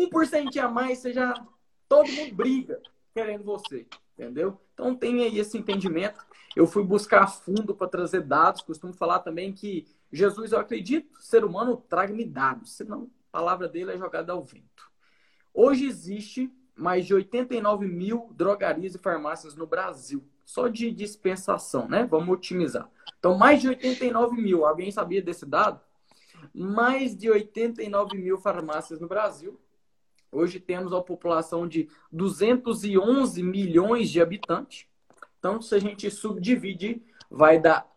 1% a mais, você já... todo mundo briga querendo você, entendeu? Então tem aí esse entendimento. Eu fui buscar a fundo para trazer dados. Costumo falar também que Jesus, eu acredito, ser humano, traga-me dados. Senão a palavra dele é jogada ao vento. Hoje existe mais de 89 mil drogarias e farmácias no Brasil. Só de dispensação, né? Vamos otimizar. Então, mais de 89 mil. Alguém sabia desse dado? Mais de 89 mil farmácias no Brasil. Hoje temos uma população de 211 milhões de habitantes. Então, se a gente subdividir, vai dar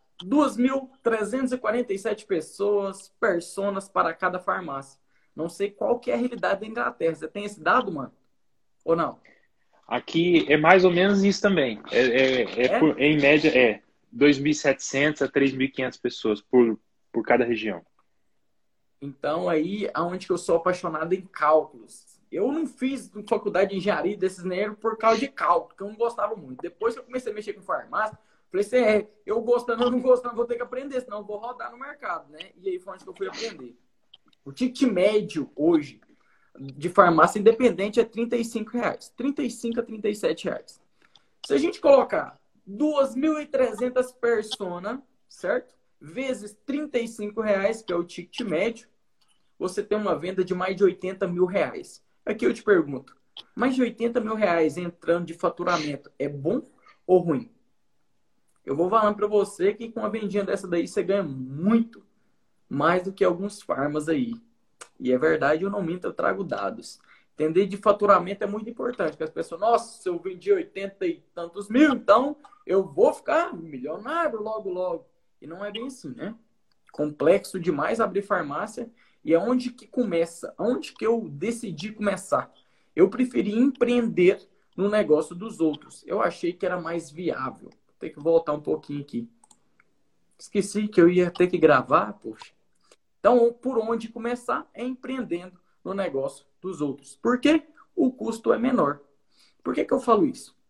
2.347 personas para cada farmácia. Não sei qual que é a realidade da Inglaterra. Você tem esse dado, mano? Ou não?
Aqui é mais ou menos isso também. Em média, 2.700 a 3.500 pessoas por cada região.
Então, aí aonde que eu sou apaixonado em cálculos. Eu não fiz faculdade de engenharia desses negros por causa de cálculo, porque eu não gostava muito. Depois que eu comecei a mexer com farmácia, falei assim, eu gostando ou não gostando, vou ter que aprender, senão eu vou rodar no mercado, né? E aí foi onde que eu fui aprender. O ticket médio hoje de farmácia independente é R$35. 35 a R$37. Se a gente colocar 2.300 personas, certo? Vezes R$35, que é o ticket médio, você tem uma venda de mais de R$80 mil. Aqui eu te pergunto, mais de R$80 mil entrando de faturamento é bom ou ruim? Eu vou falando para você que com uma vendinha dessa daí você ganha muito mais do que alguns farmas aí. E é verdade, eu não minto, eu trago dados. Entender de faturamento é muito importante, porque as pessoas, nossa, se eu vendi 80 e tantos mil, então eu vou ficar milionário logo, logo. E não é bem assim, né? Complexo demais abrir farmácia. E é onde que começa? Onde que eu decidi começar? Eu preferi empreender no negócio dos outros. Eu achei que era mais viável. Vou ter que voltar um pouquinho aqui. Esqueci que eu ia ter que gravar, poxa. Então, por onde começar é empreendendo no negócio dos outros. Por quê? O custo é menor. Por que que eu falo isso?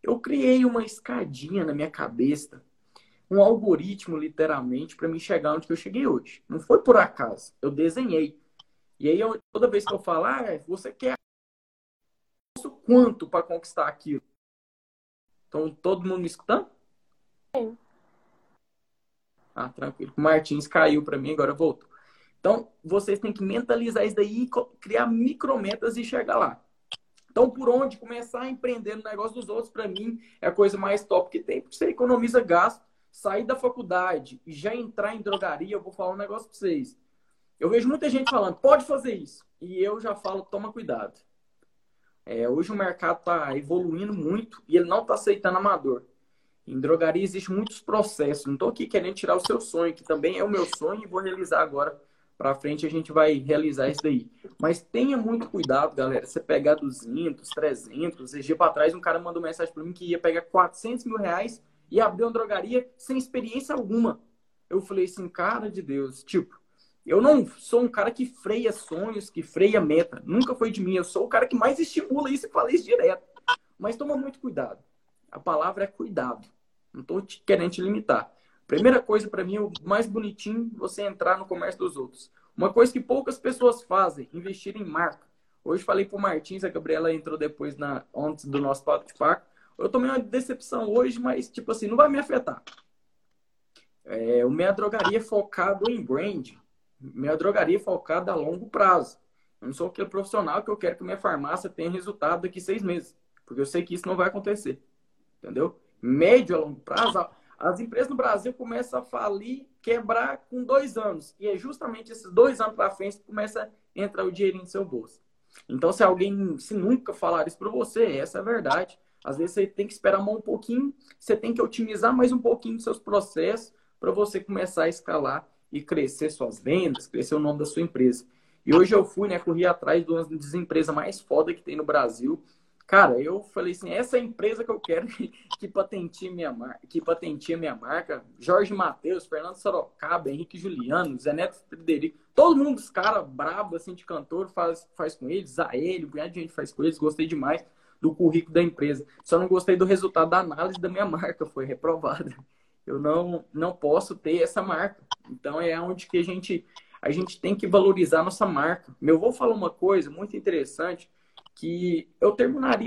Eu criei uma escadinha na minha cabeça, um algoritmo, literalmente, para me chegar onde que eu cheguei hoje. Não foi por acaso. Eu desenhei. E aí, toda vez que eu falo, você quer quanto para conquistar aquilo? Então, todo mundo me escutando?
Sim.
Ah, tranquilo. O Martins caiu para mim, agora voltou. Então, vocês têm que mentalizar isso daí, criar micrometas e chegar lá. Então, por onde começar a empreender no negócio dos outros, para mim, é a coisa mais top que tem, porque você economiza gasto, sair da faculdade e já entrar em drogaria, eu vou falar um negócio para vocês. Eu vejo muita gente falando, pode fazer isso. E eu já falo, toma cuidado. Hoje o mercado está evoluindo muito e ele não está aceitando amador. Em drogaria existem muitos processos. Não estou aqui querendo tirar o seu sonho, que também é o meu sonho e vou realizar agora. Para frente a gente vai realizar isso daí. Mas tenha muito cuidado, galera. Você pegar 200, 300. Esse dia para trás um cara mandou mensagem para mim que ia pegar 400 mil reais e abrir uma drogaria sem experiência alguma. Eu falei assim, cara de Deus. Tipo, eu não sou um cara que freia sonhos, que freia meta. Nunca foi de mim. Eu sou o cara que mais estimula isso e fala isso direto. Mas toma muito cuidado. A palavra é cuidado. Não estou querendo te limitar. Primeira coisa para mim, o mais bonitinho, você entrar no comércio dos outros. Uma coisa que poucas pessoas fazem, investir em marca. Hoje falei para o Martins, a Gabriela entrou depois antes do nosso bate-papo. Eu tomei uma decepção hoje, mas tipo assim, não vai me afetar. O Minha Drogaria é focado em brand. Minha drogaria é focada a longo prazo. Eu não sou aquele profissional que eu quero que minha farmácia tenha resultado daqui 6 meses. Porque eu sei que isso não vai acontecer. Entendeu? Médio a longo prazo, as empresas no Brasil começam a falir, quebrar com 2 anos. E é justamente esses 2 anos para frente que começa a entrar o dinheirinho no seu bolso. Então, se nunca falar isso para você, essa é a verdade. Às vezes você tem que esperar um pouquinho, você tem que otimizar mais um pouquinho os seus processos para você começar a escalar e crescer suas vendas, crescer o nome da sua empresa. E hoje eu fui, corri atrás de uma das empresas mais foda que tem no Brasil. Cara, eu falei assim, essa é a empresa que eu quero que patenteie minha marca. Jorge Mateus, Fernando Sorocaba, Henrique Juliano, Zé Neto Frederico, todo mundo dos caras brabo assim de cantor faz com eles, Zaelio, um punhado de gente faz com eles, gostei demais do currículo da empresa. Só não gostei do resultado da análise da minha marca, foi reprovada. Eu não posso ter essa marca. Então é onde que a gente tem que valorizar a nossa marca. Eu vou falar uma coisa muito interessante, que eu terminaria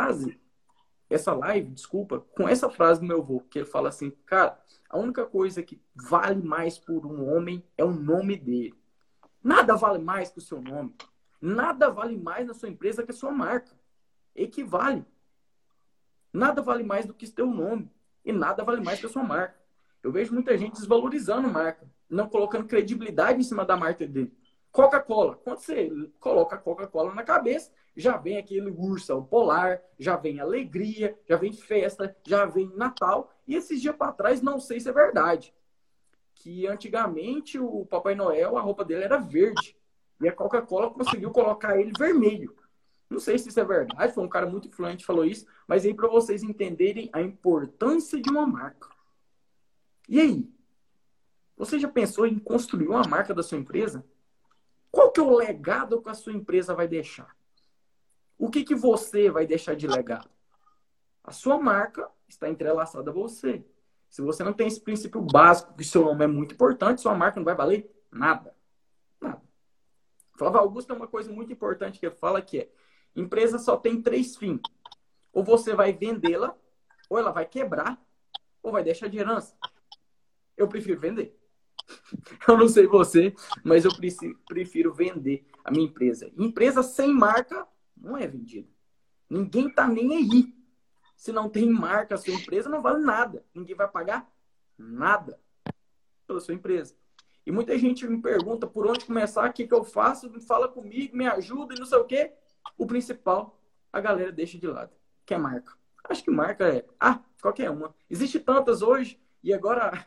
essa live, desculpa, com essa frase do meu avô, que ele fala assim, cara, a única coisa que vale mais por um homem é o nome dele. Nada vale mais que o seu nome. Nada vale mais na sua empresa que a sua marca. Equivale. Nada vale mais do que o seu nome. E nada vale mais que a sua marca. Eu vejo muita gente desvalorizando a marca, não colocando credibilidade em cima da marca dele. Coca-Cola. Quando você coloca a Coca-Cola na cabeça, já vem aquele ursão polar, já vem alegria, já vem festa, já vem Natal. E esses dias para trás, não sei se é verdade, que antigamente o Papai Noel, a roupa dele era verde. E a Coca-Cola conseguiu colocar ele vermelho. Não sei se isso é verdade, foi um cara muito influente que falou isso, mas aí para vocês entenderem a importância de uma marca. E aí? Você já pensou em construir uma marca da sua empresa? Qual que é o legado que a sua empresa vai deixar? O que você vai deixar de legado? A sua marca está entrelaçada a você. Se você não tem esse princípio básico, que seu nome é muito importante, sua marca não vai valer nada. Nada. Flávio Augusto é uma coisa muito importante que ele fala que empresa só tem 3 fins. Ou você vai vendê-la, ou ela vai quebrar, ou vai deixar de herança. Eu prefiro vender. Eu não sei você, mas eu prefiro vender a minha empresa. Empresa sem marca não é vendida. Ninguém tá nem aí. Se não tem marca, a sua empresa não vale nada. Ninguém vai pagar nada pela sua empresa. E muita gente me pergunta por onde começar, o que eu faço, fala comigo, me ajuda e não sei o quê. O principal, a galera deixa de lado, que é marca. Acho que marca qualquer uma. Existe tantas hoje e agora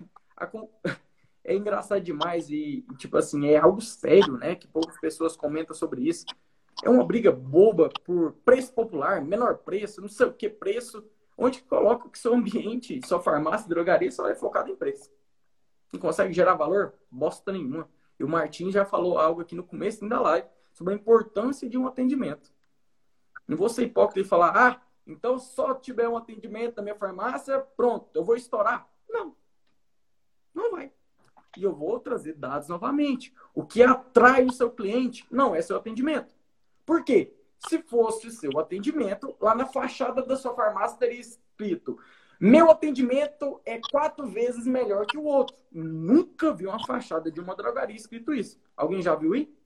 é engraçado demais e, tipo assim, é algo sério, né? Que poucas pessoas comentam sobre isso. É uma briga boba por preço popular, menor preço, não sei o que preço, onde coloca que seu ambiente, sua farmácia, drogaria só é focado em preço. Não consegue gerar valor? Bosta nenhuma. E o Martim já falou algo aqui no começo da live sobre a importância de um atendimento. Não vou ser hipócrita e falar, Então, só tiver um atendimento na minha farmácia, pronto, eu vou estourar. Não, não vai. E eu vou trazer dados novamente. O que atrai o seu cliente não é seu atendimento. Por quê? Se fosse seu atendimento, lá na fachada da sua farmácia teria escrito: meu atendimento é 4 vezes melhor que o outro. Nunca vi uma fachada de uma drogaria escrito isso. Alguém já viu aí?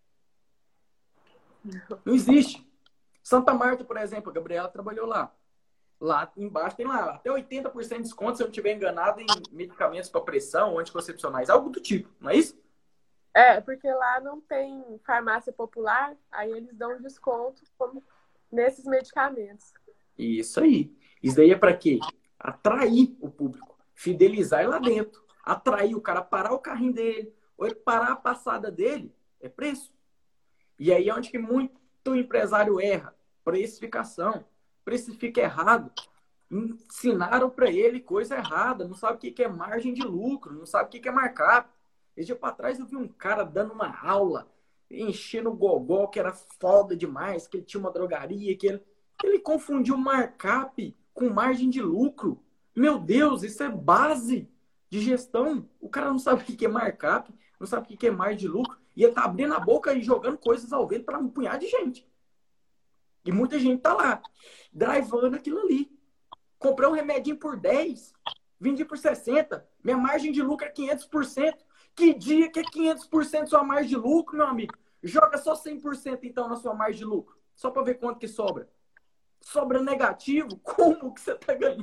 Não existe. Santa Marta, por exemplo, a Gabriela trabalhou lá. Lá embaixo tem lá até 80% de desconto, se eu não estiver enganado, em medicamentos para pressão, anticoncepcionais, algo do tipo, não é isso?
Porque lá não tem farmácia popular, aí eles dão desconto como nesses medicamentos.
Isso aí. Isso daí é para quê? Atrair o público, fidelizar ele lá dentro, atrair o cara, parar o carrinho dele, ou ele parar a passada dele, é preço. E aí é onde que muito empresário erra. Precificação. Precifica errado. Ensinaram para ele coisa errada. Não sabe o que é margem de lucro. Não sabe o que é markup. Esse dia para trás eu vi um cara dando uma aula, enchendo o gogó, que era foda demais, que ele tinha uma drogaria, que ele confundiu markup com margem de lucro. Meu Deus, isso é base de gestão. O cara não sabe o que é markup, não sabe o que é margem de lucro. E ele tá abrindo a boca e jogando coisas ao vento para um punhado de gente. E muita gente tá lá, drivando aquilo ali. Comprei um remedinho por 10, vendi por 60. Minha margem de lucro é 500%. Que dia que é 500% sua margem de lucro, meu amigo? Joga só 100% então na sua margem de lucro. Só para ver quanto que sobra. Sobra negativo? Como que você tá ganhando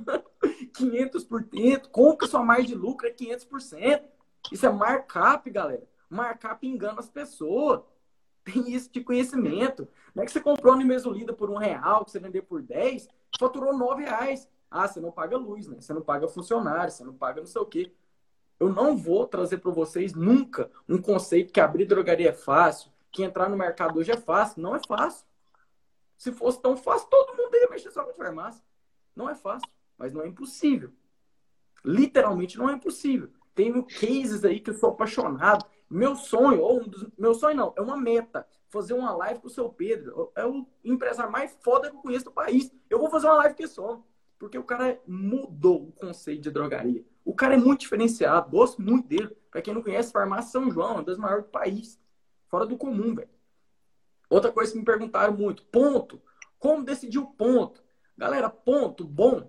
500%? Como que sua margem de lucro é 500%? Isso é markup, galera. Markup engana as pessoas. Tem isso de conhecimento. Não é que você comprou a Nimesulida por R$1, que você vendeu por 10, faturou R$9. Ah, você não paga luz, né? Você não paga funcionário, você não paga não sei o quê. Eu não vou trazer para vocês nunca um conceito que abrir drogaria é fácil, que entrar no mercado hoje é fácil. Não é fácil. Se fosse tão fácil, todo mundo ia mexer só com farmácia. Não é fácil, mas não é impossível. Literalmente não é impossível. Tenho cases aí que eu sou apaixonado. Meu sonho, meu sonho não, é uma meta. Fazer uma live com o seu Pedro. É o empresário mais foda que eu conheço do país. Eu vou fazer uma live com esse homem. Porque o cara mudou o conceito de drogaria. O cara é muito diferenciado. Gosto muito dele. Pra quem não conhece, Farmácia São João, uma das maiores do país. Fora do comum, velho. Outra coisa que me perguntaram muito. Ponto. Como decidir o ponto? Galera, ponto bom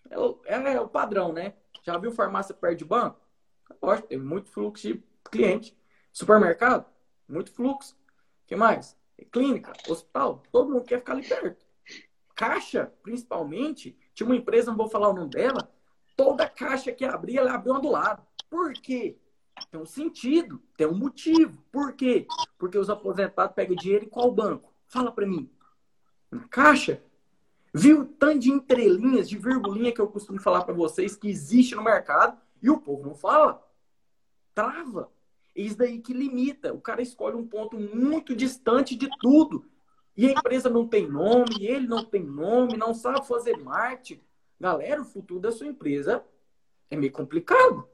é o padrão, né? Já viu farmácia perto de banco? Lógico, tem muito fluxo de cliente. Supermercado? Muito fluxo. O que mais? Clínica, hospital, todo mundo quer ficar ali perto. Caixa, principalmente, tinha uma empresa, não vou falar o nome dela, toda caixa que abria, ela abriu uma do lado. Por quê? Tem um sentido, tem um motivo. Por quê? Porque os aposentados pegam dinheiro em qual banco? Fala pra mim. Na caixa? Viu o tanto de entrelinhas, de virgulinha que eu costumo falar para vocês que existe no mercado e o povo não fala? Trava. É isso daí que limita. O cara escolhe um ponto muito distante de tudo. E a empresa não tem nome, ele não tem nome, não sabe fazer marketing. Galera, o futuro da sua empresa é meio complicado.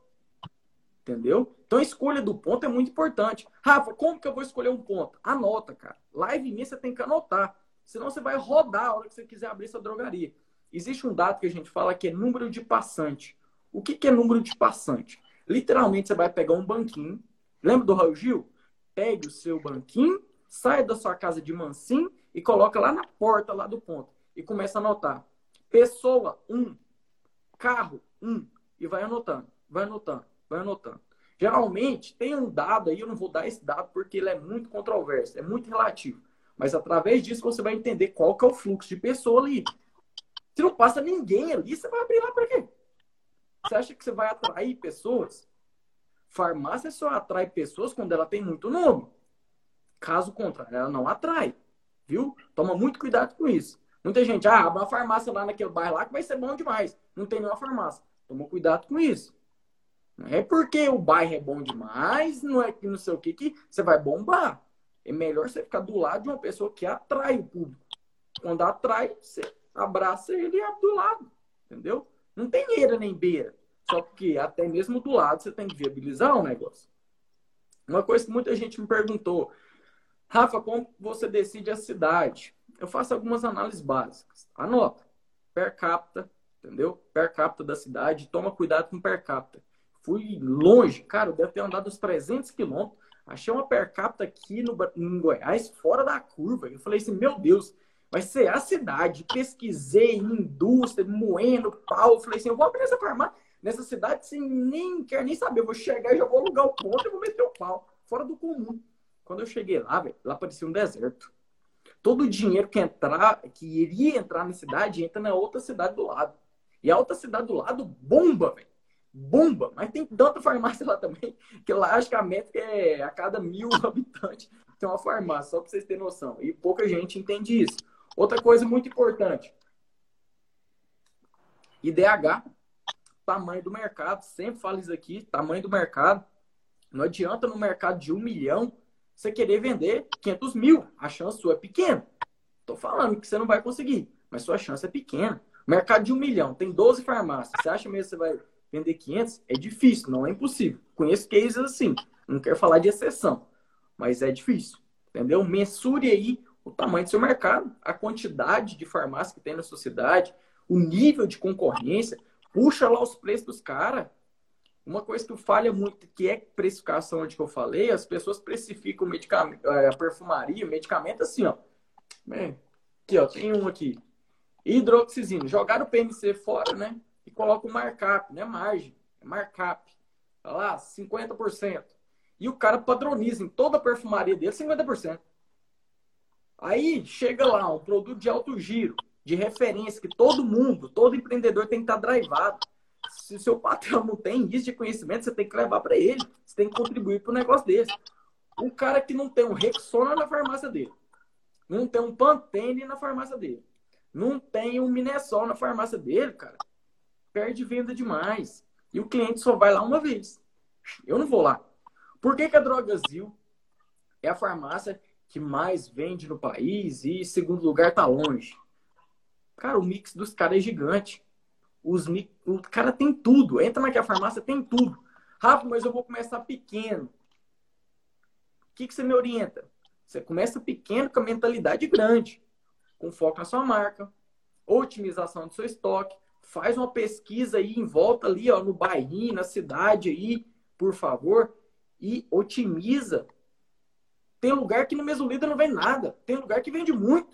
Entendeu? Então a escolha do ponto é muito importante. Rafa, como que eu vou escolher um ponto? Anota, cara. Live minha você tem que anotar. Senão você vai rodar a hora que você quiser abrir sua drogaria. Existe um dado que a gente fala que é número de passante. O que é número de passante? Literalmente você vai pegar um banquinho. Lembra do Raul Gil? Pegue o seu banquinho, saia da sua casa de mansinho e coloca lá na porta lá do ponto. E começa a anotar. Pessoa, 1. Carro, 1. E vai anotando, vai anotando, vai anotando. Geralmente tem um dado aí, eu não vou dar esse dado porque ele é muito controverso, é muito relativo. Mas através disso você vai entender qual que é o fluxo de pessoa ali. Se não passa ninguém ali, você vai abrir lá para quê? Você acha que você vai atrair pessoas? Farmácia só atrai pessoas quando ela tem muito nome. Caso contrário, ela não atrai. Viu? Toma muito cuidado com isso. Muita gente, abre uma farmácia lá naquele bairro lá que vai ser bom demais. Não tem nenhuma farmácia. Toma cuidado com isso. Não é porque o bairro é bom demais, não é que não sei o que você vai bombar. É melhor você ficar do lado de uma pessoa que atrai o público. Quando atrai, você abraça ele e abre do lado. Entendeu? Não tem eira nem beira. Só porque até mesmo do lado você tem que viabilizar o negócio. Uma coisa que muita gente me perguntou. Rafa, como você decide a cidade? Eu faço algumas análises básicas. Anota. per capita, entendeu? Per capita da cidade, toma cuidado com per capita. Fui longe, cara, eu deve ter andado uns 300 quilômetros, achei uma per capita aqui em Goiás, fora da curva. Eu falei assim, meu Deus, vai ser a cidade. Pesquisei indústria, moendo pau. Eu falei assim, eu vou abrir essa farmácia nessa cidade sem nem quero nem saber. Eu vou chegar e já vou alugar o ponto e vou meter o pau. Fora do comum. Quando eu cheguei lá, velho, lá parecia um deserto. Todo o dinheiro que iria entrar na cidade, entra na outra cidade do lado. E a outra cidade do lado bomba, velho. Bomba. Mas tem tanta farmácia lá também, que lá acho que a métrica é a cada 1.000 habitantes tem uma farmácia, só para vocês terem noção. E pouca gente entende isso. Outra coisa muito importante. IDH, tamanho do mercado. Sempre falo isso aqui, tamanho do mercado. Não adianta no mercado de 1 milhão você querer vender 500 mil. A chance sua é pequena. Tô falando que você não vai conseguir, mas sua chance é pequena. Mercado de 1 milhão, tem 12 farmácias. Você acha mesmo que você vai vender 500? É difícil, não é impossível. Conheço cases assim. Não quero falar de exceção, mas é difícil. Entendeu? Mensure aí o tamanho do seu mercado, a quantidade de farmácias que tem na sua cidade, o nível de concorrência. Puxa lá os preços dos caras. Uma coisa que falha muito, que é precificação, onde que eu falei, as pessoas precificam medicamento, a perfumaria, medicamento assim, ó. Aqui, ó, tem um aqui. Hidroxizina. Jogaram o PMC fora, né? E coloca o markup, né? Margem. É markup. Olha lá, 50%. E o cara padroniza em toda a perfumaria dele 50%. Aí chega lá um produto de alto giro, de referência, que todo mundo, todo empreendedor tem que estar drivado. Se o seu patrão não tem isso de conhecimento, você tem que levar para ele. Você tem que contribuir para o negócio desse. O cara que não tem um Rexona na farmácia dele, não tem um Pantene na farmácia dele, não tem um Minesol na farmácia dele, cara, perde venda demais. E o cliente só vai lá uma vez. Eu não vou lá. Por que a Drogasil é a farmácia que mais vende no país e, em segundo lugar, tá longe? Cara, o mix dos caras é gigante. O cara tem tudo. Entra naquela farmácia, tem tudo. Rafa, mas eu vou começar pequeno. O que você me orienta? Você começa pequeno com a mentalidade grande, com foco na sua marca, otimização do seu estoque, faz uma pesquisa aí em volta ali, ó, no bairrinho, na cidade aí, por favor, e otimiza. Tem lugar que no mesmo líder não vende nada. Tem lugar que vende muito.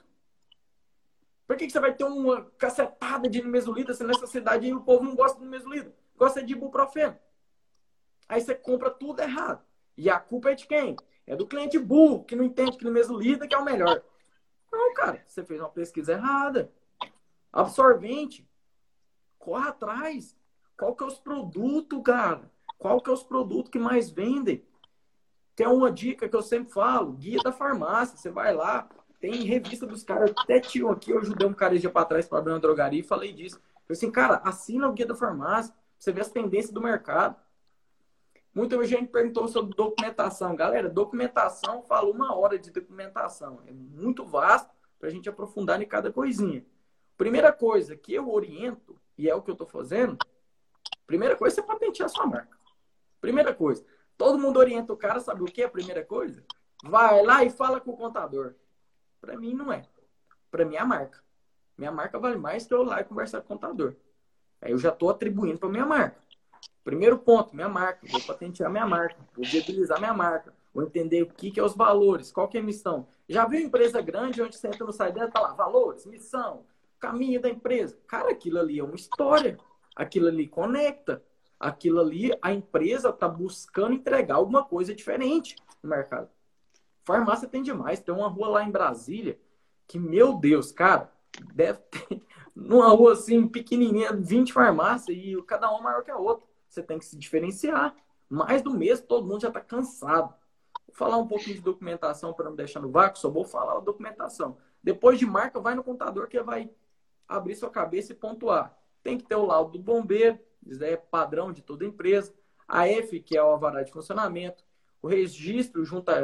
Por que você vai ter uma cacetada de mesolida se nessa cidade aí o povo não gosta do mesolida? Gosta de ibuprofeno. Aí você compra tudo errado. E a culpa é de quem? É do cliente burro, que não entende que no mesolida que é o melhor. Não, cara. Você fez uma pesquisa errada. Absorvente. Corre atrás. Qual que é os produtos, cara? Qual que é os produtos que mais vendem? Tem uma dica que eu sempre falo. Guia da farmácia. Você vai lá. Tem revista dos caras, até tinha aqui, eu ajudei um cara esse dia pra trás para abrir uma drogaria e falei disso. Falei assim, cara, assina o guia da farmácia, pra você ver as tendências do mercado. Muita gente perguntou sobre documentação. Galera, documentação, falo 1 hora de documentação. É muito vasto pra gente aprofundar em cada coisinha. Primeira coisa que eu oriento, e é o que eu tô fazendo, primeira coisa é você patentear a sua marca. Primeira coisa. Todo mundo orienta o cara, sabe o que é a primeira coisa? Vai lá e fala com o contador. Para mim, não é. Para mim, é a marca. Minha marca vale mais que eu ir lá e conversar com o contador. Aí eu já estou atribuindo para minha marca. Primeiro ponto, minha marca. Vou patentear minha marca. Vou viabilizar minha marca. Vou entender o que é os valores, qual que é a missão. Já viu empresa grande onde você entra no site dela e tá lá, valores, missão, caminho da empresa. Cara, aquilo ali é uma história. Aquilo ali conecta. Aquilo ali, a empresa está buscando entregar alguma coisa diferente no mercado. Farmácia tem demais. Tem uma rua lá em Brasília que, meu Deus, cara, deve ter numa rua assim, pequenininha, 20 farmácias e cada uma maior que a outra. Você tem que se diferenciar. Mais do mesmo, todo mundo já está cansado. Vou falar um pouquinho de documentação para não deixar no vácuo, só vou falar a documentação. Depois de marca, vai no contador que vai abrir sua cabeça e pontuar. Tem que ter o laudo do bombeiro, isso é padrão de toda empresa. A F, que é o alvará de funcionamento. O registro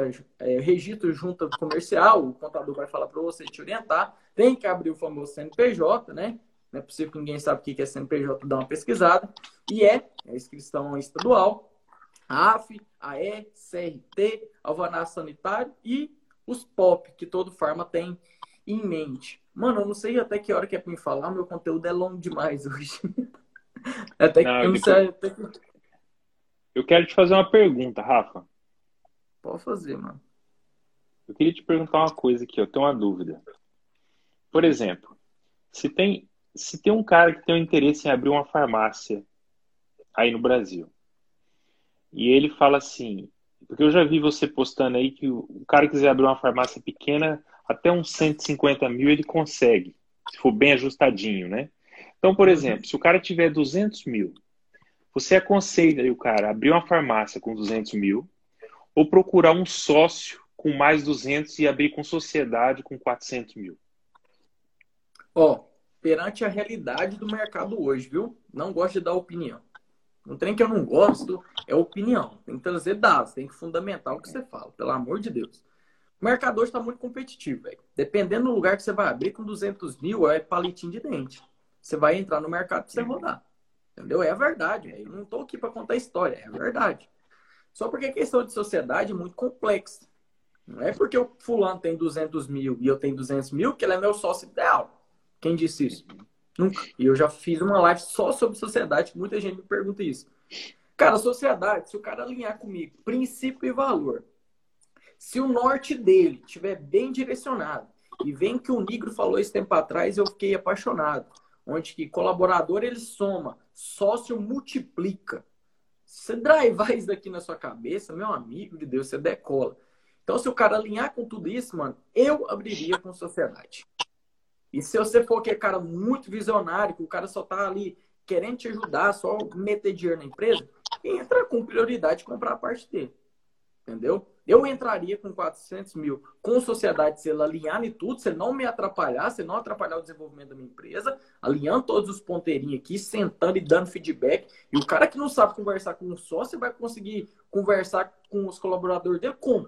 junta comercial, o contador vai falar para você te orientar. Tem que abrir o famoso CNPJ, né? Não é possível que ninguém sabe o que é CNPJ, dá uma pesquisada. E a inscrição estadual, a AF, AE, CRT, alvará sanitário e os POP, que todo farma tem em mente. Mano, eu não sei até que hora que é pra me falar, meu conteúdo é longo demais hoje. Até que,
Não,
eu não
depois
sei, até que...
eu quero te fazer uma pergunta, Rafa.
Pode fazer, mano.
Eu queria te perguntar uma coisa aqui, eu tenho uma dúvida. Por exemplo, se tem, se tem um cara que tem um interesse em abrir uma farmácia aí no Brasil, e ele fala assim, porque eu já vi você postando aí que o cara quiser abrir uma farmácia pequena, até uns 150 mil ele consegue, se for bem ajustadinho, né? Então, por
Uhum.
exemplo, se o cara tiver 200 mil, você aconselha aí o cara a abrir uma farmácia com 200 mil ou procurar um sócio com mais 200 e abrir com sociedade com 400 mil?
Ó, perante a realidade do mercado hoje, viu? Não gosto de dar opinião. Um trem que eu não gosto é opinião. Tem que trazer dados, tem que fundamentar o que você fala, pelo amor de Deus. O mercado hoje está muito competitivo, velho. Dependendo do lugar que você vai abrir, com 200 mil é palitinho de dente. Você vai entrar no mercado para você rodar. Entendeu? É a verdade, velho. Não estou aqui para contar história, é a verdade. Só porque a questão de sociedade é muito complexa. Não é porque o fulano tem 200 mil e eu tenho 200 mil que ele é meu sócio ideal. Quem disse isso? Nunca. E eu já fiz uma live só sobre sociedade, que muita gente me pergunta isso. Cara, sociedade, se o cara alinhar comigo, princípio e valor, se o norte dele estiver bem direcionado, e vem que o Nigro falou esse tempo atrás, eu fiquei apaixonado, onde que colaborador ele soma, sócio multiplica. Se você drivar isso daqui na sua cabeça, meu amigo de Deus, você decola. Então, se o cara alinhar com tudo isso, mano, eu abriria com sociedade. E se você for aquele cara muito visionário, que o cara só tá ali querendo te ajudar, só meter dinheiro na empresa, entra com prioridade de comprar a parte dele. Entendeu? Eu entraria com 400 mil com sociedade, se ele alinhar em tudo, se ele não me atrapalhar, se não atrapalhar o desenvolvimento da minha empresa, alinhando todos os ponteirinhos aqui, sentando e dando feedback. E o cara que não sabe conversar com um sócio vai conseguir conversar com os colaboradores dele como?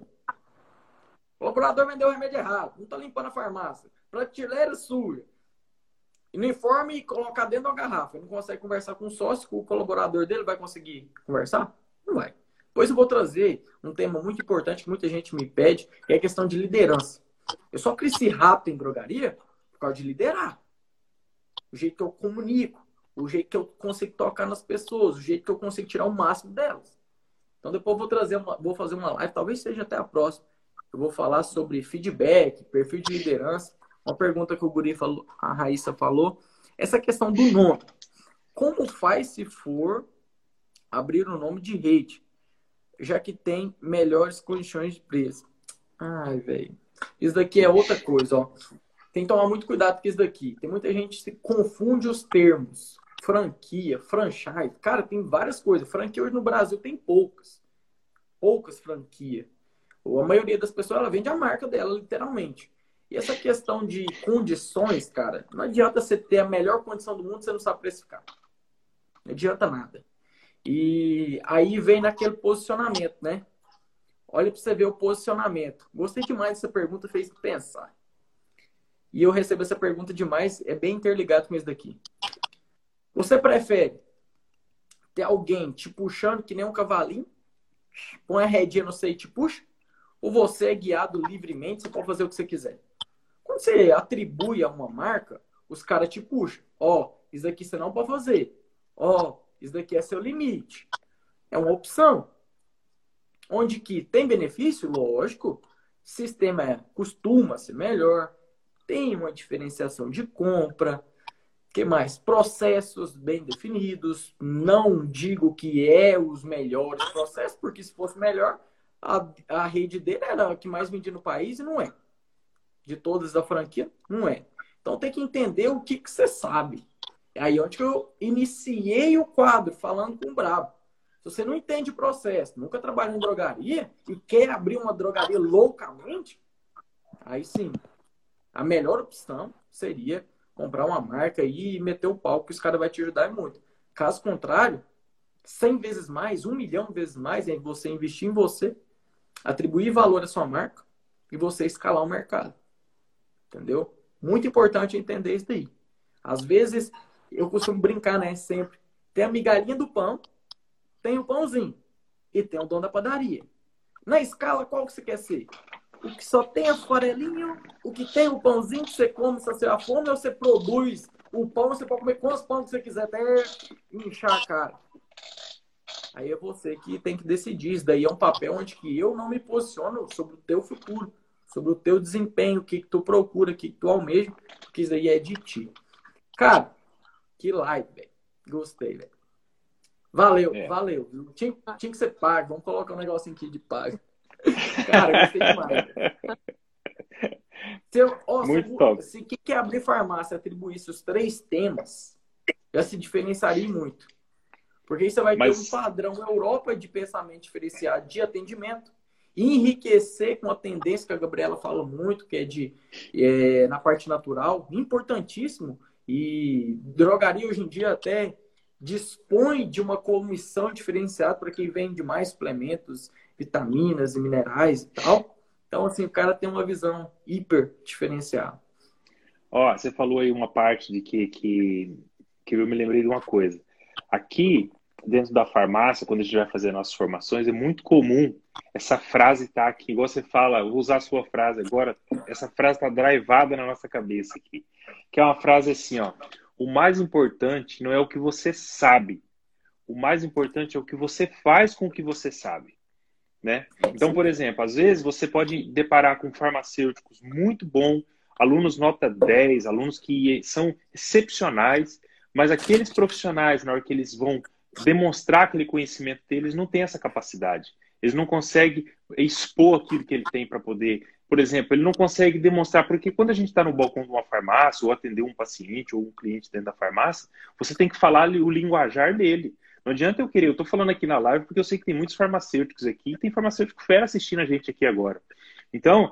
O colaborador vendeu o remédio errado, não está limpando a farmácia, prateleira suja. Uniforme e colocar dentro da garrafa. Ele não consegue conversar com o sócio, com o colaborador dele, vai conseguir conversar? Não vai. Depois eu vou trazer um tema muito importante que muita gente me pede, que é a questão de liderança. Eu só cresci rápido em drogaria por causa de liderar. O jeito que eu comunico, o jeito que eu consigo tocar nas pessoas, o jeito que eu consigo tirar o máximo delas. Então depois eu vou fazer uma live, talvez seja até a próxima. Eu vou falar sobre feedback, perfil de liderança. Uma pergunta que o Guri falou, a Raíssa falou, essa questão do nome. Como faz se for abrir o nome de rede, já que tem melhores condições de preço? Ai, velho. Isso daqui é outra coisa, ó. Tem que tomar muito cuidado com isso daqui. Tem muita gente que confunde os termos. Franquia, franchise. Cara, tem várias coisas. Franquia hoje no Brasil tem poucas. Poucas franquias. Ou a maioria das pessoas, ela vende a marca dela, literalmente. E essa questão de condições, cara, não adianta você ter a melhor condição do mundo se você não sabe precificar. Não adianta nada. E aí vem naquele posicionamento, né? Olha para você ver o posicionamento. Gostei demais dessa pergunta, fez pensar. E eu recebo essa pergunta demais, é bem interligado com isso daqui. Você prefere ter alguém te puxando que nem um cavalinho, põe a redinha no sei e te puxa? Ou você é guiado livremente, você pode fazer o que você quiser? Quando você atribui a uma marca, os caras te puxam. Ó, isso daqui você não pode fazer. Ó, isso daqui é seu limite. É uma opção. Onde que tem benefício, lógico, sistema costuma ser melhor, tem uma diferenciação de compra, que mais? Processos bem definidos. Não digo que é os melhores processos, porque se fosse melhor, a rede dele era a que mais vendia no país e não é. De todas da franquia, não é. Então tem que entender o que você sabe. É aí onde eu iniciei o quadro falando com o Brabo. Se você não entende o processo, nunca trabalhou em drogaria e quer abrir uma drogaria loucamente, aí sim, a melhor opção seria comprar uma marca e meter o pau, que os caras vão te ajudar muito. Caso contrário, 100 vezes mais, 1 milhão de vezes mais é você investir em você, atribuir valor à sua marca e você escalar o mercado. Entendeu? Muito importante entender isso daí. Às vezes, eu costumo brincar, né? Sempre. Tem a migalhinha do pão, tem o pãozinho e tem o dono da padaria. Na escala, qual que você quer ser? o que só tem a farelinha, o que tem o pãozinho que você come se você a fome, ou você produz o pão, você pode comer quantos pães que você quiser até inchar a cara. Aí é você que tem que decidir. Isso daí é um papel onde que eu não me posiciono sobre o teu futuro, sobre o teu desempenho, o que tu procura, o que tu almeja, porque isso aí é de ti. Cara, que live, velho. Gostei, velho. Valeu, valeu. Tinha que ser pago. Vamos colocar um negocinho aqui de pago. Cara, gostei demais. Se quem quer abrir farmácia atribuísse os 3 temas, já se diferenciaria muito. Porque aí você vai ter um padrão Europa de pensamento diferenciado de atendimento e enriquecer com a tendência que a Gabriela fala muito, que é na parte natural, importantíssimo. E drogaria hoje em dia até dispõe de uma comissão diferenciada para quem vende mais suplementos, vitaminas e minerais e tal. Então, assim, o cara tem uma visão hiper diferenciada.
Ó, você falou aí uma parte de que eu me lembrei de uma coisa. Aqui, dentro da farmácia, quando a gente vai fazer nossas formações, é muito comum essa frase estar aqui, igual você fala, vou usar a sua frase agora, essa frase está drivada na nossa cabeça aqui, que é uma frase assim, ó, o mais importante não é o que você sabe, o mais importante é o que você faz com o que você sabe, né? Então, por exemplo, às vezes você pode deparar com farmacêuticos muito bons, alunos nota 10, alunos que são excepcionais, mas aqueles profissionais, na hora que eles vão demonstrar aquele conhecimento deles, não têm essa capacidade. Eles não conseguem expor aquilo que ele tem para poder... Por exemplo, ele não consegue demonstrar, porque quando a gente está no balcão de uma farmácia, ou atender um paciente ou um cliente dentro da farmácia, você tem que falar o linguajar dele. Não adianta eu querer, eu estou falando aqui na live porque eu sei que tem muitos farmacêuticos aqui, e tem farmacêutico fera assistindo a gente aqui agora. Então,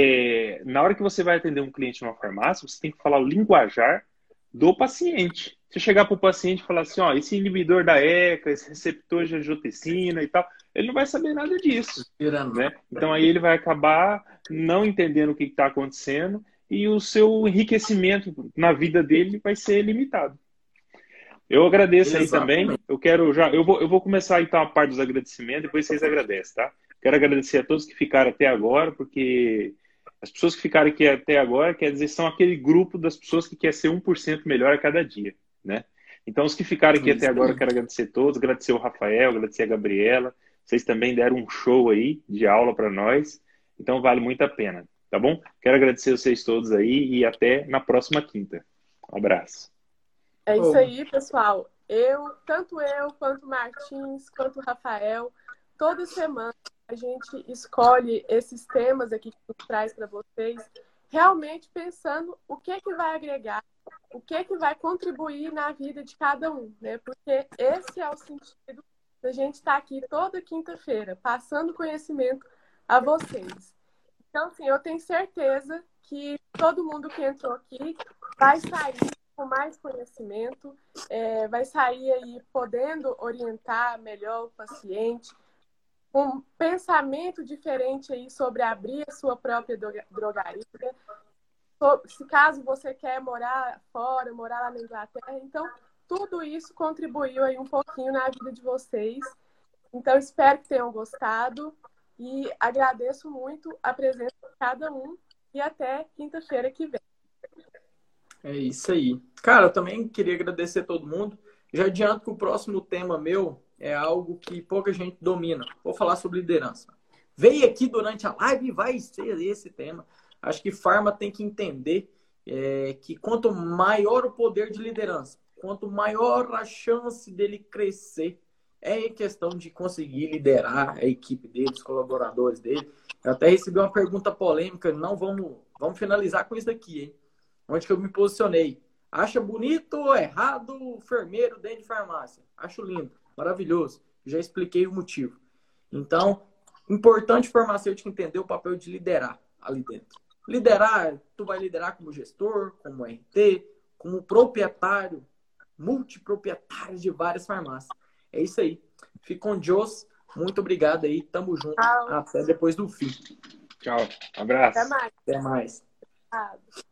na hora que você vai atender um cliente numa farmácia, você tem que falar o linguajar do paciente. Você chegar para o paciente e falar assim, ó, esse inibidor da ECA, esse receptor de angiotensina e tal, ele não vai saber nada disso, né? Então aí ele vai acabar não entendendo o que está acontecendo e o seu enriquecimento na vida dele vai ser limitado. Eu agradeço aí também. Eu vou começar então a parte dos agradecimentos, depois vocês agradecem, tá? Quero agradecer a todos que ficaram até agora, porque as pessoas que ficaram aqui até agora, quer dizer, são aquele grupo das pessoas que quer ser 1% melhor a cada dia, né? Então, os que ficaram aqui até agora, eu quero agradecer a todos, agradecer o Rafael, agradecer a Gabriela. Vocês também deram um show aí de aula para nós, então vale muito a pena, tá bom? Quero agradecer vocês todos aí e até na próxima quinta. Um abraço.
É isso aí, pessoal. Tanto eu, quanto o Martins, quanto o Rafael, toda semana a gente escolhe esses temas aqui que a gente traz para vocês, realmente pensando o que é que vai agregar, o que é que vai contribuir na vida de cada um, né? Porque esse é o sentido da gente estar aqui toda quinta-feira, passando conhecimento a vocês. Então, assim, eu tenho certeza que todo mundo que entrou aqui vai sair com mais conhecimento, vai sair aí podendo orientar melhor o paciente, um pensamento diferente aí sobre abrir a sua própria drogaria. Se caso você quer morar fora, morar lá na Inglaterra, então tudo isso contribuiu aí um pouquinho na vida de vocês. Então espero que tenham gostado e agradeço muito a presença de cada um e até quinta-feira que vem.
É isso aí. Cara, eu também queria agradecer a todo mundo. Já adianto que o próximo tema meu é algo que pouca gente domina. Vou falar sobre liderança. Veio aqui durante a live e vai ser esse tema. Acho que Pharma tem que entender que quanto maior o poder de liderança, quanto maior a chance dele crescer, é questão de conseguir liderar a equipe dele, os colaboradores dele. Eu até recebi uma pergunta polêmica, não vamos finalizar com isso aqui, hein? Onde que eu me posicionei. Acha bonito ou errado o enfermeiro dentro de farmácia? Acho lindo, maravilhoso. Já expliquei o motivo. Então, importante o farmacêutico entender o papel de liderar ali dentro. Liderar, tu vai liderar como gestor, como RT, como proprietário, multiproprietário de várias farmácias. É isso aí. Fique com Deus. Muito obrigado aí. Tamo junto.
Tchau.
Até depois do fim.
Tchau. Abraço.
Até mais.
Até mais.
Tchau.